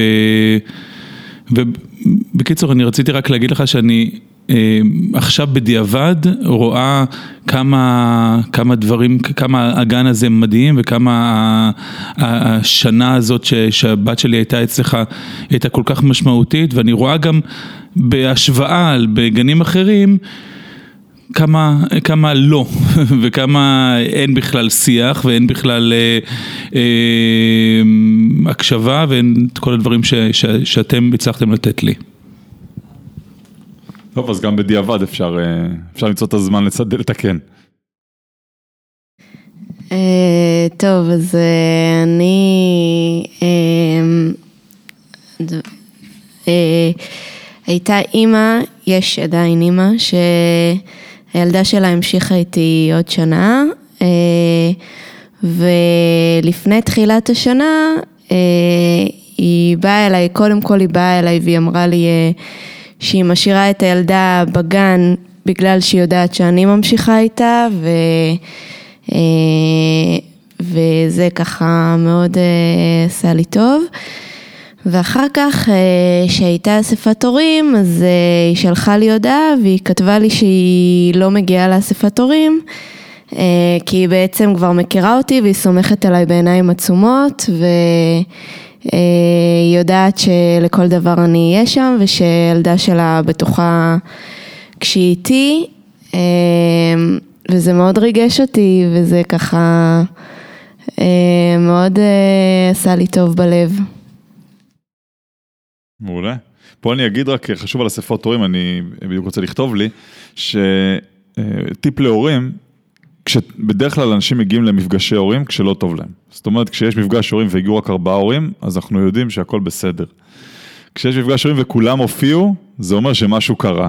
ובקיצור, אני רציתי רק להגיד לך שאני עכשיו בדיעבד רואה כמה דברים, כמה הגן הזה מדהים וכמה השנה הזאת שהבת שלי הייתה אצלך הייתה כל כך משמעותית, ואני רואה גם בהשוואה בגנים אחרים כמה לא, וכמה אין בכלל שיח, ואין בכלל הקשבה, ואין את כל הדברים שאתם הצלחתם לתת לי. טוב, אז גם בדיעבד אפשר למצוא את הזמן לתקן. טוב, אז הייתה אימא, יש עדיין אימא, הילדה שלה המשיכה איתי עוד שנה, ולפני תחילת השנה, היא באה אליי, קודם כל היא באה אליי והיא אמרה לי שהיא משאירה את הילדה בגן בגלל שהיא יודעת שאני ממשיכה איתה, וזה ככה מאוד עשה לי טוב. ואחר כך שהייתה אספת הורים, אז היא שלחה לי הודעה והיא כתבה לי שהיא לא מגיעה לאספת הורים, כי היא בעצם כבר מכירה אותי והיא סומכת עליי בעיניים עצומות, והיא יודעת שלכל דבר אני אהיה שם, ושילדה שלה בטוחה כשהיא איתי, וזה מאוד ריגש אותי, וזה ככה מאוד עשה לי טוב בלב. מעולה. פה אני אגיד רק, חשוב על אספות הורים, אני בדיוק רוצה לכתוב לי, שטיפ להורים, בדרך כלל אנשים מגיעים למפגשי הורים כשלא טוב להם. זאת אומרת, כשיש מפגש הורים והגיעו רק 4 הורים, אז אנחנו יודעים שהכל בסדר. כשיש מפגש הורים וכולם הופיעו, זה אומר שמשהו קרה.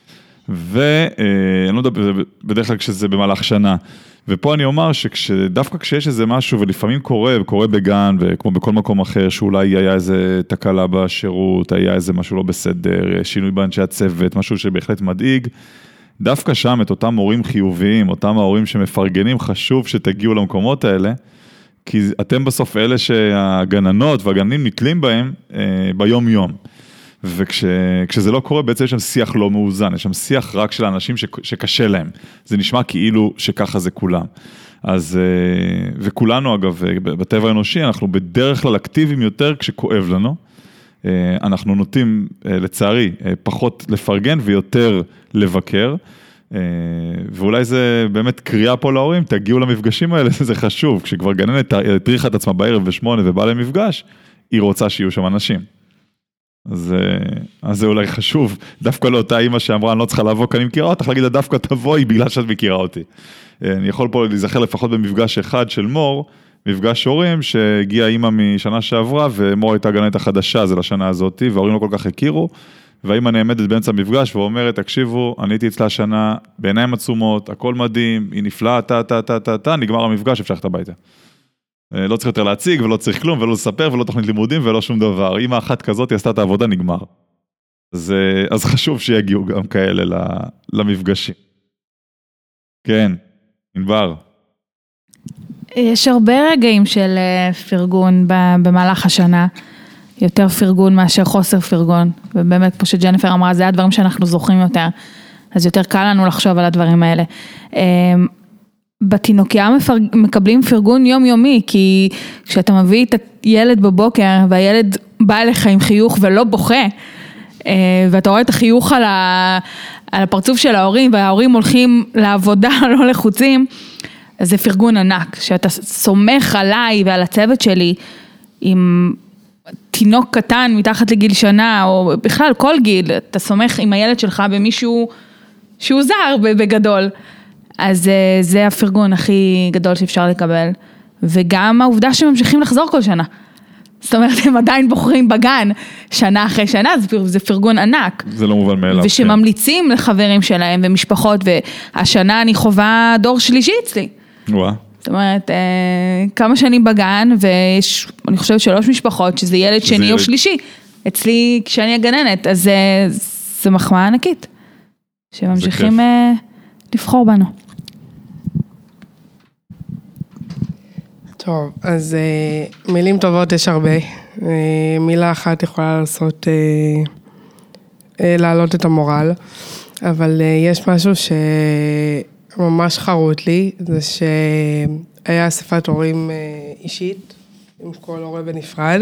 ואני לא יודע, בדרך כלל כשזה במהלך שנה. ופה אני אומר שדווקא כשיש איזה משהו, ולפעמים קורה בגן, וכמו בכל מקום אחר, שאולי היה איזה תקלה בשירות, היה איזה משהו לא בסדר, שינוי באנשי הצוות, משהו שבהחלט מדאיג, דווקא שם את אותם הורים חיוביים, אותם ההורים שמפרגנים, חשוב שתגיעו למקומות האלה, כי אתם בסוף אלה שהגננות והגנים נתלים בהם ביום יום. וכשזה לא קורה, בעצם יש שם שיח לא מאוזן, יש שם שיח רק של האנשים שקשה להם. זה נשמע כאילו שככה זה כולם. אז, וכולנו אגב, בטבע האנושי, אנחנו בדרך כלל אקטיביים יותר כשכואב לנו. אנחנו נוטים, לצערי, פחות לפרגן ויותר לבקר. ואולי זה באמת קריאה פה להורים, תגיעו למפגשים האלה, זה חשוב. כשכבר גננת תריחה את עצמה בערב ב8 ובאה למפגש, היא רוצה שיהיו שם אנשים. אז זה אולי חשוב, דווקא לאותה אמא שאמרה, אני לא צריכה לבוא, כי אני מכירה אותך, להגיד לה, דווקא תבואי בגלל שאת מכירה אותי. אני יכול פה להיזכר לפחות במפגש אחד של מור, מפגש הורים שהגיעה אמא משנה שעברה, ומור הייתה גננת החדשה, זה לשנה הזאת, וההורים לא כל כך הכירו, והאמא נעמדת באמצע המפגש ואומרת, תקשיבו, אני הייתי אצלה השנה, בעיניים עצומות, הכל מדהים, היא נפלאה, נגמר המפגש, אפשר ללכת הביתה. לא צריך יותר להציג, ולא צריך כלום, ולא לספר, ולא תוכנית לימודים, ולא שום דבר. אמא אחת כזאת, היא עשתה את העבודה, נגמר. אז חשוב שיגיעו גם כאלה למפגשים. כן, ענבר. יש הרבה רגעים של פרגון במהלך השנה, יותר פרגון מאשר חוסר פרגון, ובאמת, כמו שג'ניפר אמרה, זה הדברים שאנחנו זוכרים יותר. אז יותר קל לנו לחשוב על הדברים האלה. בתינוקיה מקבלים פרגון יומיומי, כי כשאתה מביא את הילד בבוקר, והילד בא אליך עם חיוך ולא בוכה, ואתה רואה את החיוך על הפרצוף של ההורים, וההורים הולכים לעבודה לא לחוצים, אז זה פרגון ענק, שאתה סומך עליי ועל הצוות שלי, עם תינוק קטן מתחת לגיל שנה, או בכלל כל גיל, אתה סומך עם הילד שלך במישהו שהוא זר בגדול, אז זה הפרגון הכי גדול שאפשר לקבל, וגם העובדה שממשיכים לחזור כל שנה. זאת אומרת, הם עדיין בוחרים בגן שנה אחרי שנה, זה פרגון ענק. זה לא מובן מאליו. ושממליצים לחברים שלהם ומשפחות, והשנה אני חובה דור שלישי אצלי. וואה. זאת אומרת, כמה שנים בגן, ויש, אני חושבת 3 משפחות, שזה ילד שני או שלישי, אצלי כשאני הגננת, אז זה מחמאה ענקית, שממשיכים לבחור בנו. טוב, אז מילים טובות יש הרבה. מילה אחת יכולה לעשות, להעלות את המורל, אבל יש משהו שממש חרוט לי, זה שהיה אספת הורים אישית, עם כל הורה בנפרד,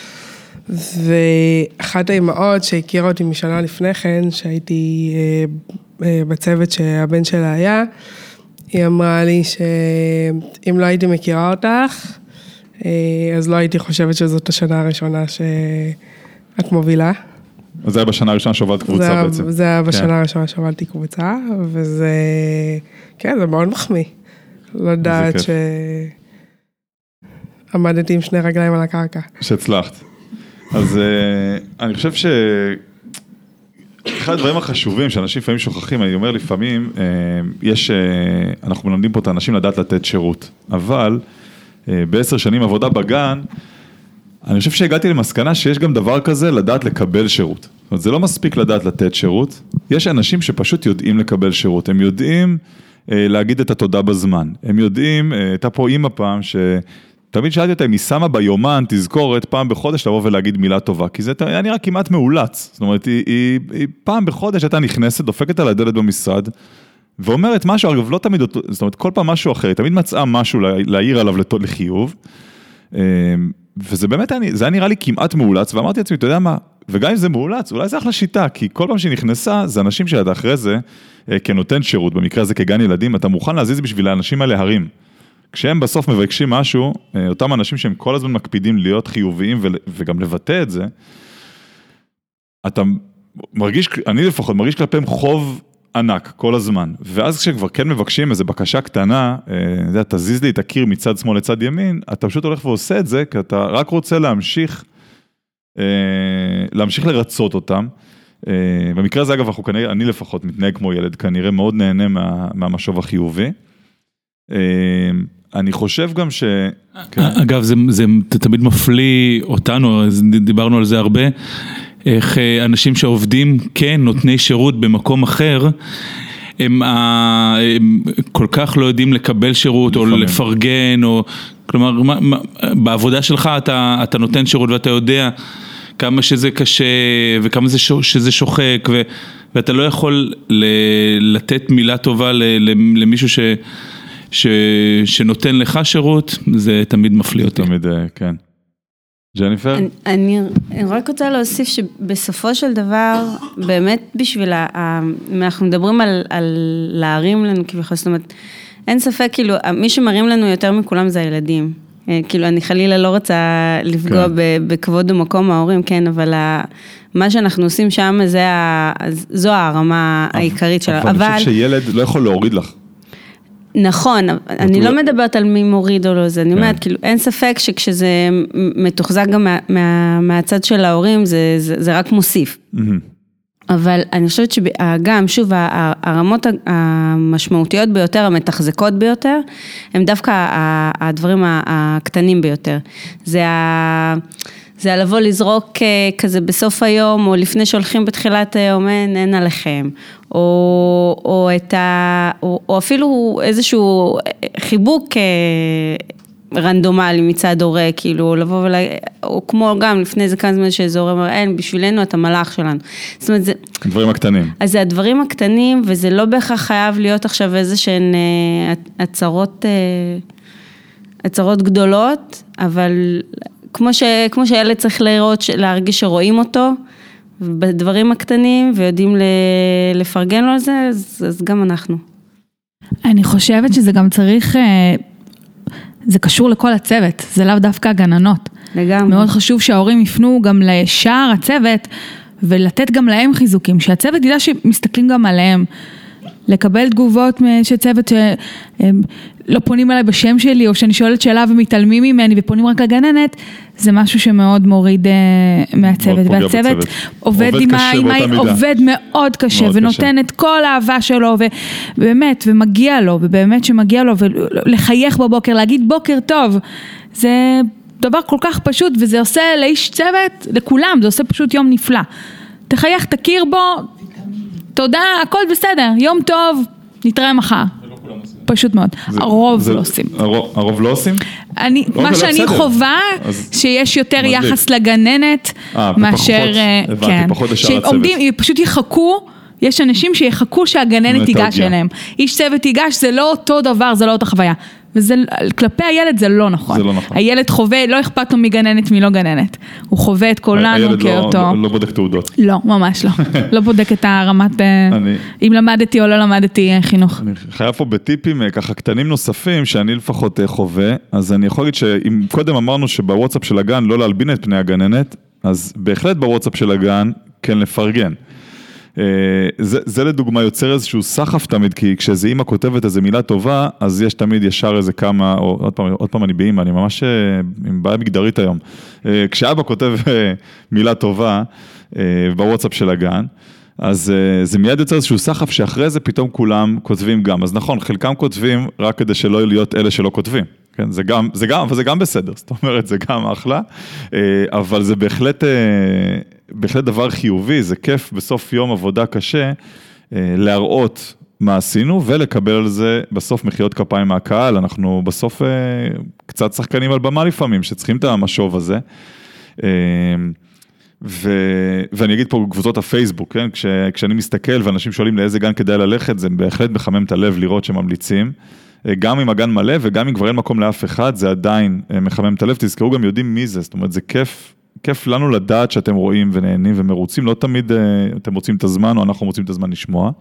ואחת האימהות שהכירה אותי משנה לפני כן, שהייתי בצוות שהבן שלה היה, היא אמרה לי שאם לא הייתי מכירה אותך, אז לא הייתי חושבת שזאת השנה הראשונה שאת מובילה. אז זה היה בשנה הראשונה שהובלת קבוצה בעצם. זה היה בשנה הראשונה שהובלתי קבוצה, וזה, כן, זה מאוד מחמיא. לא יודעת שעמדתי עם 2 רגליים על הקרקע. שהצלחת. אז אני חושב אחד הדברים החשובים שאנשים לפעמים שוכחים, אני אומר לפעמים, אנחנו מלמדים פה את האנשים לדעת לתת שירות, אבל ב10 שנים עבודה בגן, אני חושב שהגעתי למסקנה שיש גם דבר כזה לדעת לקבל שירות. זאת אומרת, זה לא מספיק לדעת לתת שירות, יש אנשים שפשוט יודעים לקבל שירות, הם יודעים להגיד את התודה בזמן, הם יודעים, הייתה פה אימא פעם תמיד שאלתי אותה, אם היא שמה ביומן, תזכורת, פעם בחודש לבוא ולהגיד מילה טובה, כי זה היה נראה כמעט מאולץ. זאת אומרת, היא פעם בחודש הייתה נכנסת, דופקת על הדלת במשרד, ואומרת משהו, אגב, לא תמיד, זאת אומרת, כל פעם משהו אחר, היא תמיד מצאה משהו להעיר עליו לחיוב, וזה באמת, זה היה נראה לי כמעט מאולץ, ואמרתי לעצמי, אתה יודע מה, וגם אם זה מאולץ, אולי זה אחלה שיטה, כי כל פעם שהיא נכנסה, זה אנשים שאתה אחרי זה, כנותן שירות, במקרה הזה כגן ילדים, אתה מוכן להזיז בשביל האנשים האלה הרים. כשהם בסוף מבקשים משהו, אותם אנשים שהם כל הזמן מקפידים להיות חיוביים וגם לבטא את זה, אתה מרגיש, אני לפחות מרגיש כלפיהם חוב ענק כל הזמן, ואז כשכבר כן מבקשים איזו בקשה קטנה, תזיז לי את הקיר מצד שמאל לצד ימין, אתה פשוט הולך ועושה את זה, כי אתה רק רוצה להמשיך לרצות אותם. במקרה הזה אגב, אני לפחות מתנהג כמו ילד, כנראה מאוד נהנה מהמשוב החיובי. אני חושב גם אגב, זה תמיד מפליא אותנו, דיברנו על זה הרבה, איך אנשים שעובדים, כן, נותני שירות במקום אחר, הם כל כך לא יודעים לקבל שירות, או לפרגן, או, כלומר, בעבודה שלך אתה נותן שירות, ואתה יודע כמה שזה קשה, וכמה שזה שוחק, ואתה לא יכול לתת מילה טובה למישהו שנותן לך שירות, זה תמיד מפליא אותי. תמיד, כן. ג'ניפר? אני רק רוצה להוסיף שבסופו של דבר, באמת בשביל, אנחנו מדברים על להרים לנו כביכול, זאת אומרת, אין ספק, כאילו, מי שמרים לנו יותר מכולם זה הילדים. כאילו, אני חלילה לא רוצה לפגוע בכבוד ומקום ההורים, כן, אבל מה שאנחנו עושים שם, זו הרמה העיקרית שלה. אבל אני חושב שילד לא יכול להוריד לך. נכון, אני לא מדברת על מי מוריד או לא זה, אני אומרת, כאילו, אין ספק שכשזה מתוחזק גם מהצד של ההורים, זה רק מוסיף. אבל אני חושבת שגם, שוב, הרמות המשמעותיות ביותר, המתחזקות ביותר, הם דווקא הדברים הקטנים ביותר. זה לבוא לזרוק כזה בסוף היום, או לפני שהולכים בתחילת היום, אין עליכם. או אפילו איזשהו חיבוק רנדומלי מצד הורה, כאילו לבוא או כמו גם לפני זה כמה זמן שאיזה הורה אומר, אין, בשבילנו אתה מלאך שלנו. זאת אומרת, זה... הדברים הקטנים. אז זה הדברים הקטנים, וזה לא בהכרח חייב להיות עכשיו איזה שהן הצהרות גדולות, אבל כמו שילד צריך לראות, להרגיש שרואים אותו, בדברים הקטנים, ויודעים לפרגן לו על זה, אז גם אנחנו. אני חושבת שזה גם צריך, זה קשור לכל הצוות, זה לאו דווקא הגננות. לגמרי. מאוד חשוב שההורים יפנו גם לשאר הצוות, ולתת גם להם חיזוקים, שהצוות ידע שמסתכלים גם עליהם, לקבל תגובות שצוות שלא פונים אליי בשם שלי, או שאני שואלת שאלה ומתעלמים ממני, ופונים רק לגננת, זה משהו שמאוד מוריד מהצוות, והצוות עובד עובד מאוד קשה, ונותן את כל האהבה שלו, ובאמת, ומגיע לו, ובאמת שמגיע לו, ולחייך בבוקר, להגיד בוקר טוב, זה דבר כל כך פשוט, וזה עושה לאיש צוות, לכולם, זה עושה פשוט יום נפלא. תחייך, תכיר בו, תודה, הכל בסדר, יום טוב, נתראה מחר. פשוט מאוד. הרוב לא עושים. הרוב לא עושים? מה שאני חובה, שיש יותר יחס לגננת, מאשר, כן, שעומדים, פשוט יחכו, יש אנשים שיחכו שהגננת תיגש אליהם. איש צוות תיגש, זה לא אותו דבר, זה לא אותה חוויה. וזה, כלפי הילד זה לא נכון. זה לא נכון. הילד חווה, לא אכפת לו מגננת מלא גננת. הוא חווה את כולנו כאותו. הילד לא בודק תעודות. לא, ממש לא. לא בודק את הרמת, אם למדתי או לא למדתי חינוך. אני חייב פה בטיפים ככה קטנים נוספים, שאני לפחות חווה, אז אני יכול להגיד שאם קודם אמרנו שבוואטסאפ של הגן לא להלבין את פני הגננת, אז בהחלט בוואטסאפ של הגן כן לפרגן. זה לדוגמה יוצר איזשהו סחף תמיד, כי כשזה אימא כותבת איזו מילה טובה, אז יש תמיד ישר איזה כמה, או עוד פעם אני באימא, אני ממש עם בעיה מגדרית היום. כשאבא כותב מילה טובה בוואטסאפ של הגן, אז זה מיד יוצר איזשהו סחף שאחרי זה פתאום כולם כותבים גם. אז נכון, חלקם כותבים רק כדי שלא להיות אלה שלא כותבים. כן, זה גם בסדר, זאת אומרת, זה גם אחלה, אבל זה בהחלט דבר חיובי, זה כיף בסוף יום עבודה קשה, להראות מה עשינו, ולקבל על זה בסוף מחיאות כפיים מהקהל, אנחנו בסוף קצת שחקנים על במה לפעמים, שצריכים את המשוב הזה, ואני אגיד פה קבוצות הפייסבוק, כן? כשאני מסתכל ואנשים שואלים לאיזה גן כדאי ללכת, זה בהחלט מחמם את הלב לראות שממליצים, גם אם הגן מלא וגם אם כבר אין מקום לאף אחד, זה עדיין מחמם את הלב, תזכרו גם יודעים מי זה, זאת אומרת זה כיף לנו לדעת שאתם רואים ונהנים ומרוצים, לא תמיד אתם רוצים את הזמן או אנחנו רוצים את הזמן לשמוע,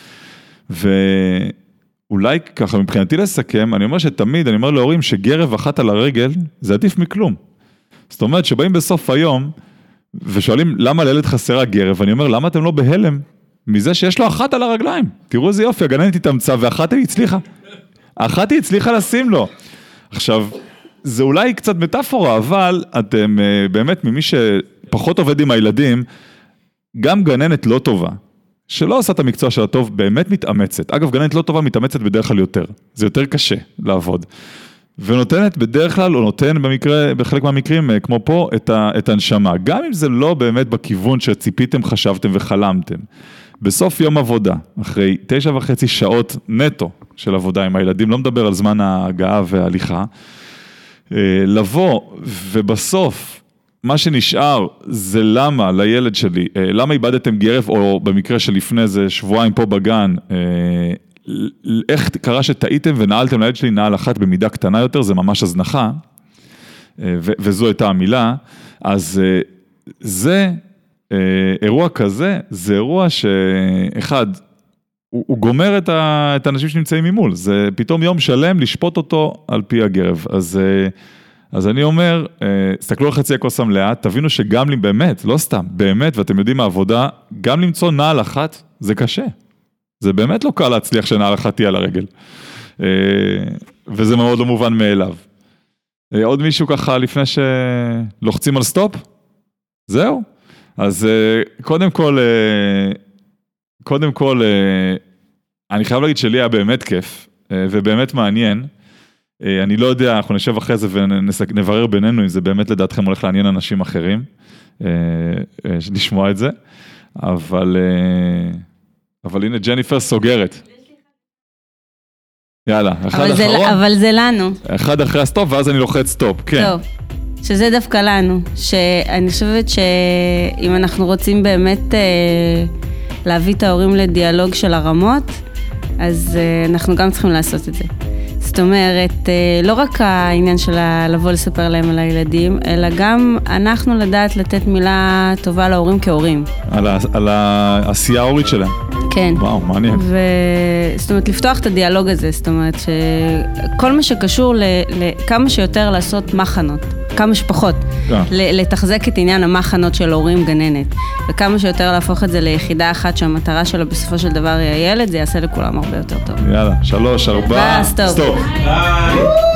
ואולי ככה מבחינתי לסכם, אני אומר שתמיד, אני אומר להורים שגרב אחת על הרגל, זה עדיף מכלום, זאת אומרת שבאים בסוף היום, ושואלים למה לילד חסרה גרב, אני אומר למה אתם לא בהלם, מזה שיש לו אחת על הרגליים, תראו איזה יופי, הגננת התאמצה ואחת היא הצליחה, אחת היא הצליחה לשים לו. עכשיו, זה אולי קצת מטאפורה, אבל אתם באמת ממי שפחות עובד עם הילדים, גם גננת לא טובה, שלא עושה את המקצוע שלה טוב, באמת מתאמצת. אגב, גננת לא טובה מתאמצת בדרך כלל יותר. זה יותר קשה לעבוד. ונותנת בדרך כלל, או נותן בחלק מהמקרים, כמו פה, את הנשמה. גם אם זה לא באמת בכיוון שציפיתם, חשבתם וחלמתם. בסוף יום עבודה, אחרי 9.5 שעות נטו של עבודה עם הילדים, לא מדבר על זמן ההגעה וההליכה, לבוא ובסוף מה שנשאר זה למה לילד שלי, למה איבדתם גרב, או במקרה שלפני זה שבועיים פה בגן, איך קרה שטעיתם ונעלתם לילד שלי נעל אחת במידה קטנה יותר, זה ממש הזנחה, וזו הייתה המילה, אז זה אירוע כזה, זה אירוע שאחד, הוא גומר את האנשים שנמצאים ממול, זה פתאום יום שלם לשפוט אותו על פי הגרב, אז אני אומר, תסתכלו על חצי הכוס המלאה, תבינו שגם לי באמת, לא סתם, באמת, ואתם יודעים מהעבודה, גם למצוא נעל אחת, זה קשה, זה באמת לא קל להצליח שנעל אחת תהיה על הרגל, וזה מאוד לא מובן מאליו. עוד מישהו ככה לפני שלוחצים על סטופ? זהו. אז קודם כל, אני חייב להגיד שלי היה באמת כיף, ובאמת מעניין, אני לא יודע, אנחנו נשב אחרי זה ונברר בינינו אם זה באמת לדעתכם הולך לעניין אנשים אחרים, לשמוע את זה, אבל הנה ג'ניפר סוגרת. יאללה, אחד אחרון. אבל זה לנו. אחד אחרי הסטופ, ואז אני לוחץ סטופ, כן. טוב, שזה דווקא לנו, שאני חושבת שאם אנחנו רוצים באמת להביא את ההורים לדיאלוג של הרמות, אז אנחנו גם צריכים לעשות את זה. זאת אומרת, לא רק העניין של לבוא לספר להם על הילדים, אלא גם אנחנו לדעת לתת מילה טובה להורים כהורים. על העשייה ההורית שלהם. כן. וואו, מעניין. זאת אומרת, לפתוח את הדיאלוג הזה, זאת אומרת, שכל מה שקשור לכמה שיותר לעשות מחנות, כמה שפחות, לתחזק את עניין המחנות של הורים גננת, וכמה שיותר להפוך את זה ליחידה אחת שהמטרה שלה בסופו של דבר היא הילד, זה יעשה לכולם הרבה יותר טוב. יאללה, 3, 4, סטופ.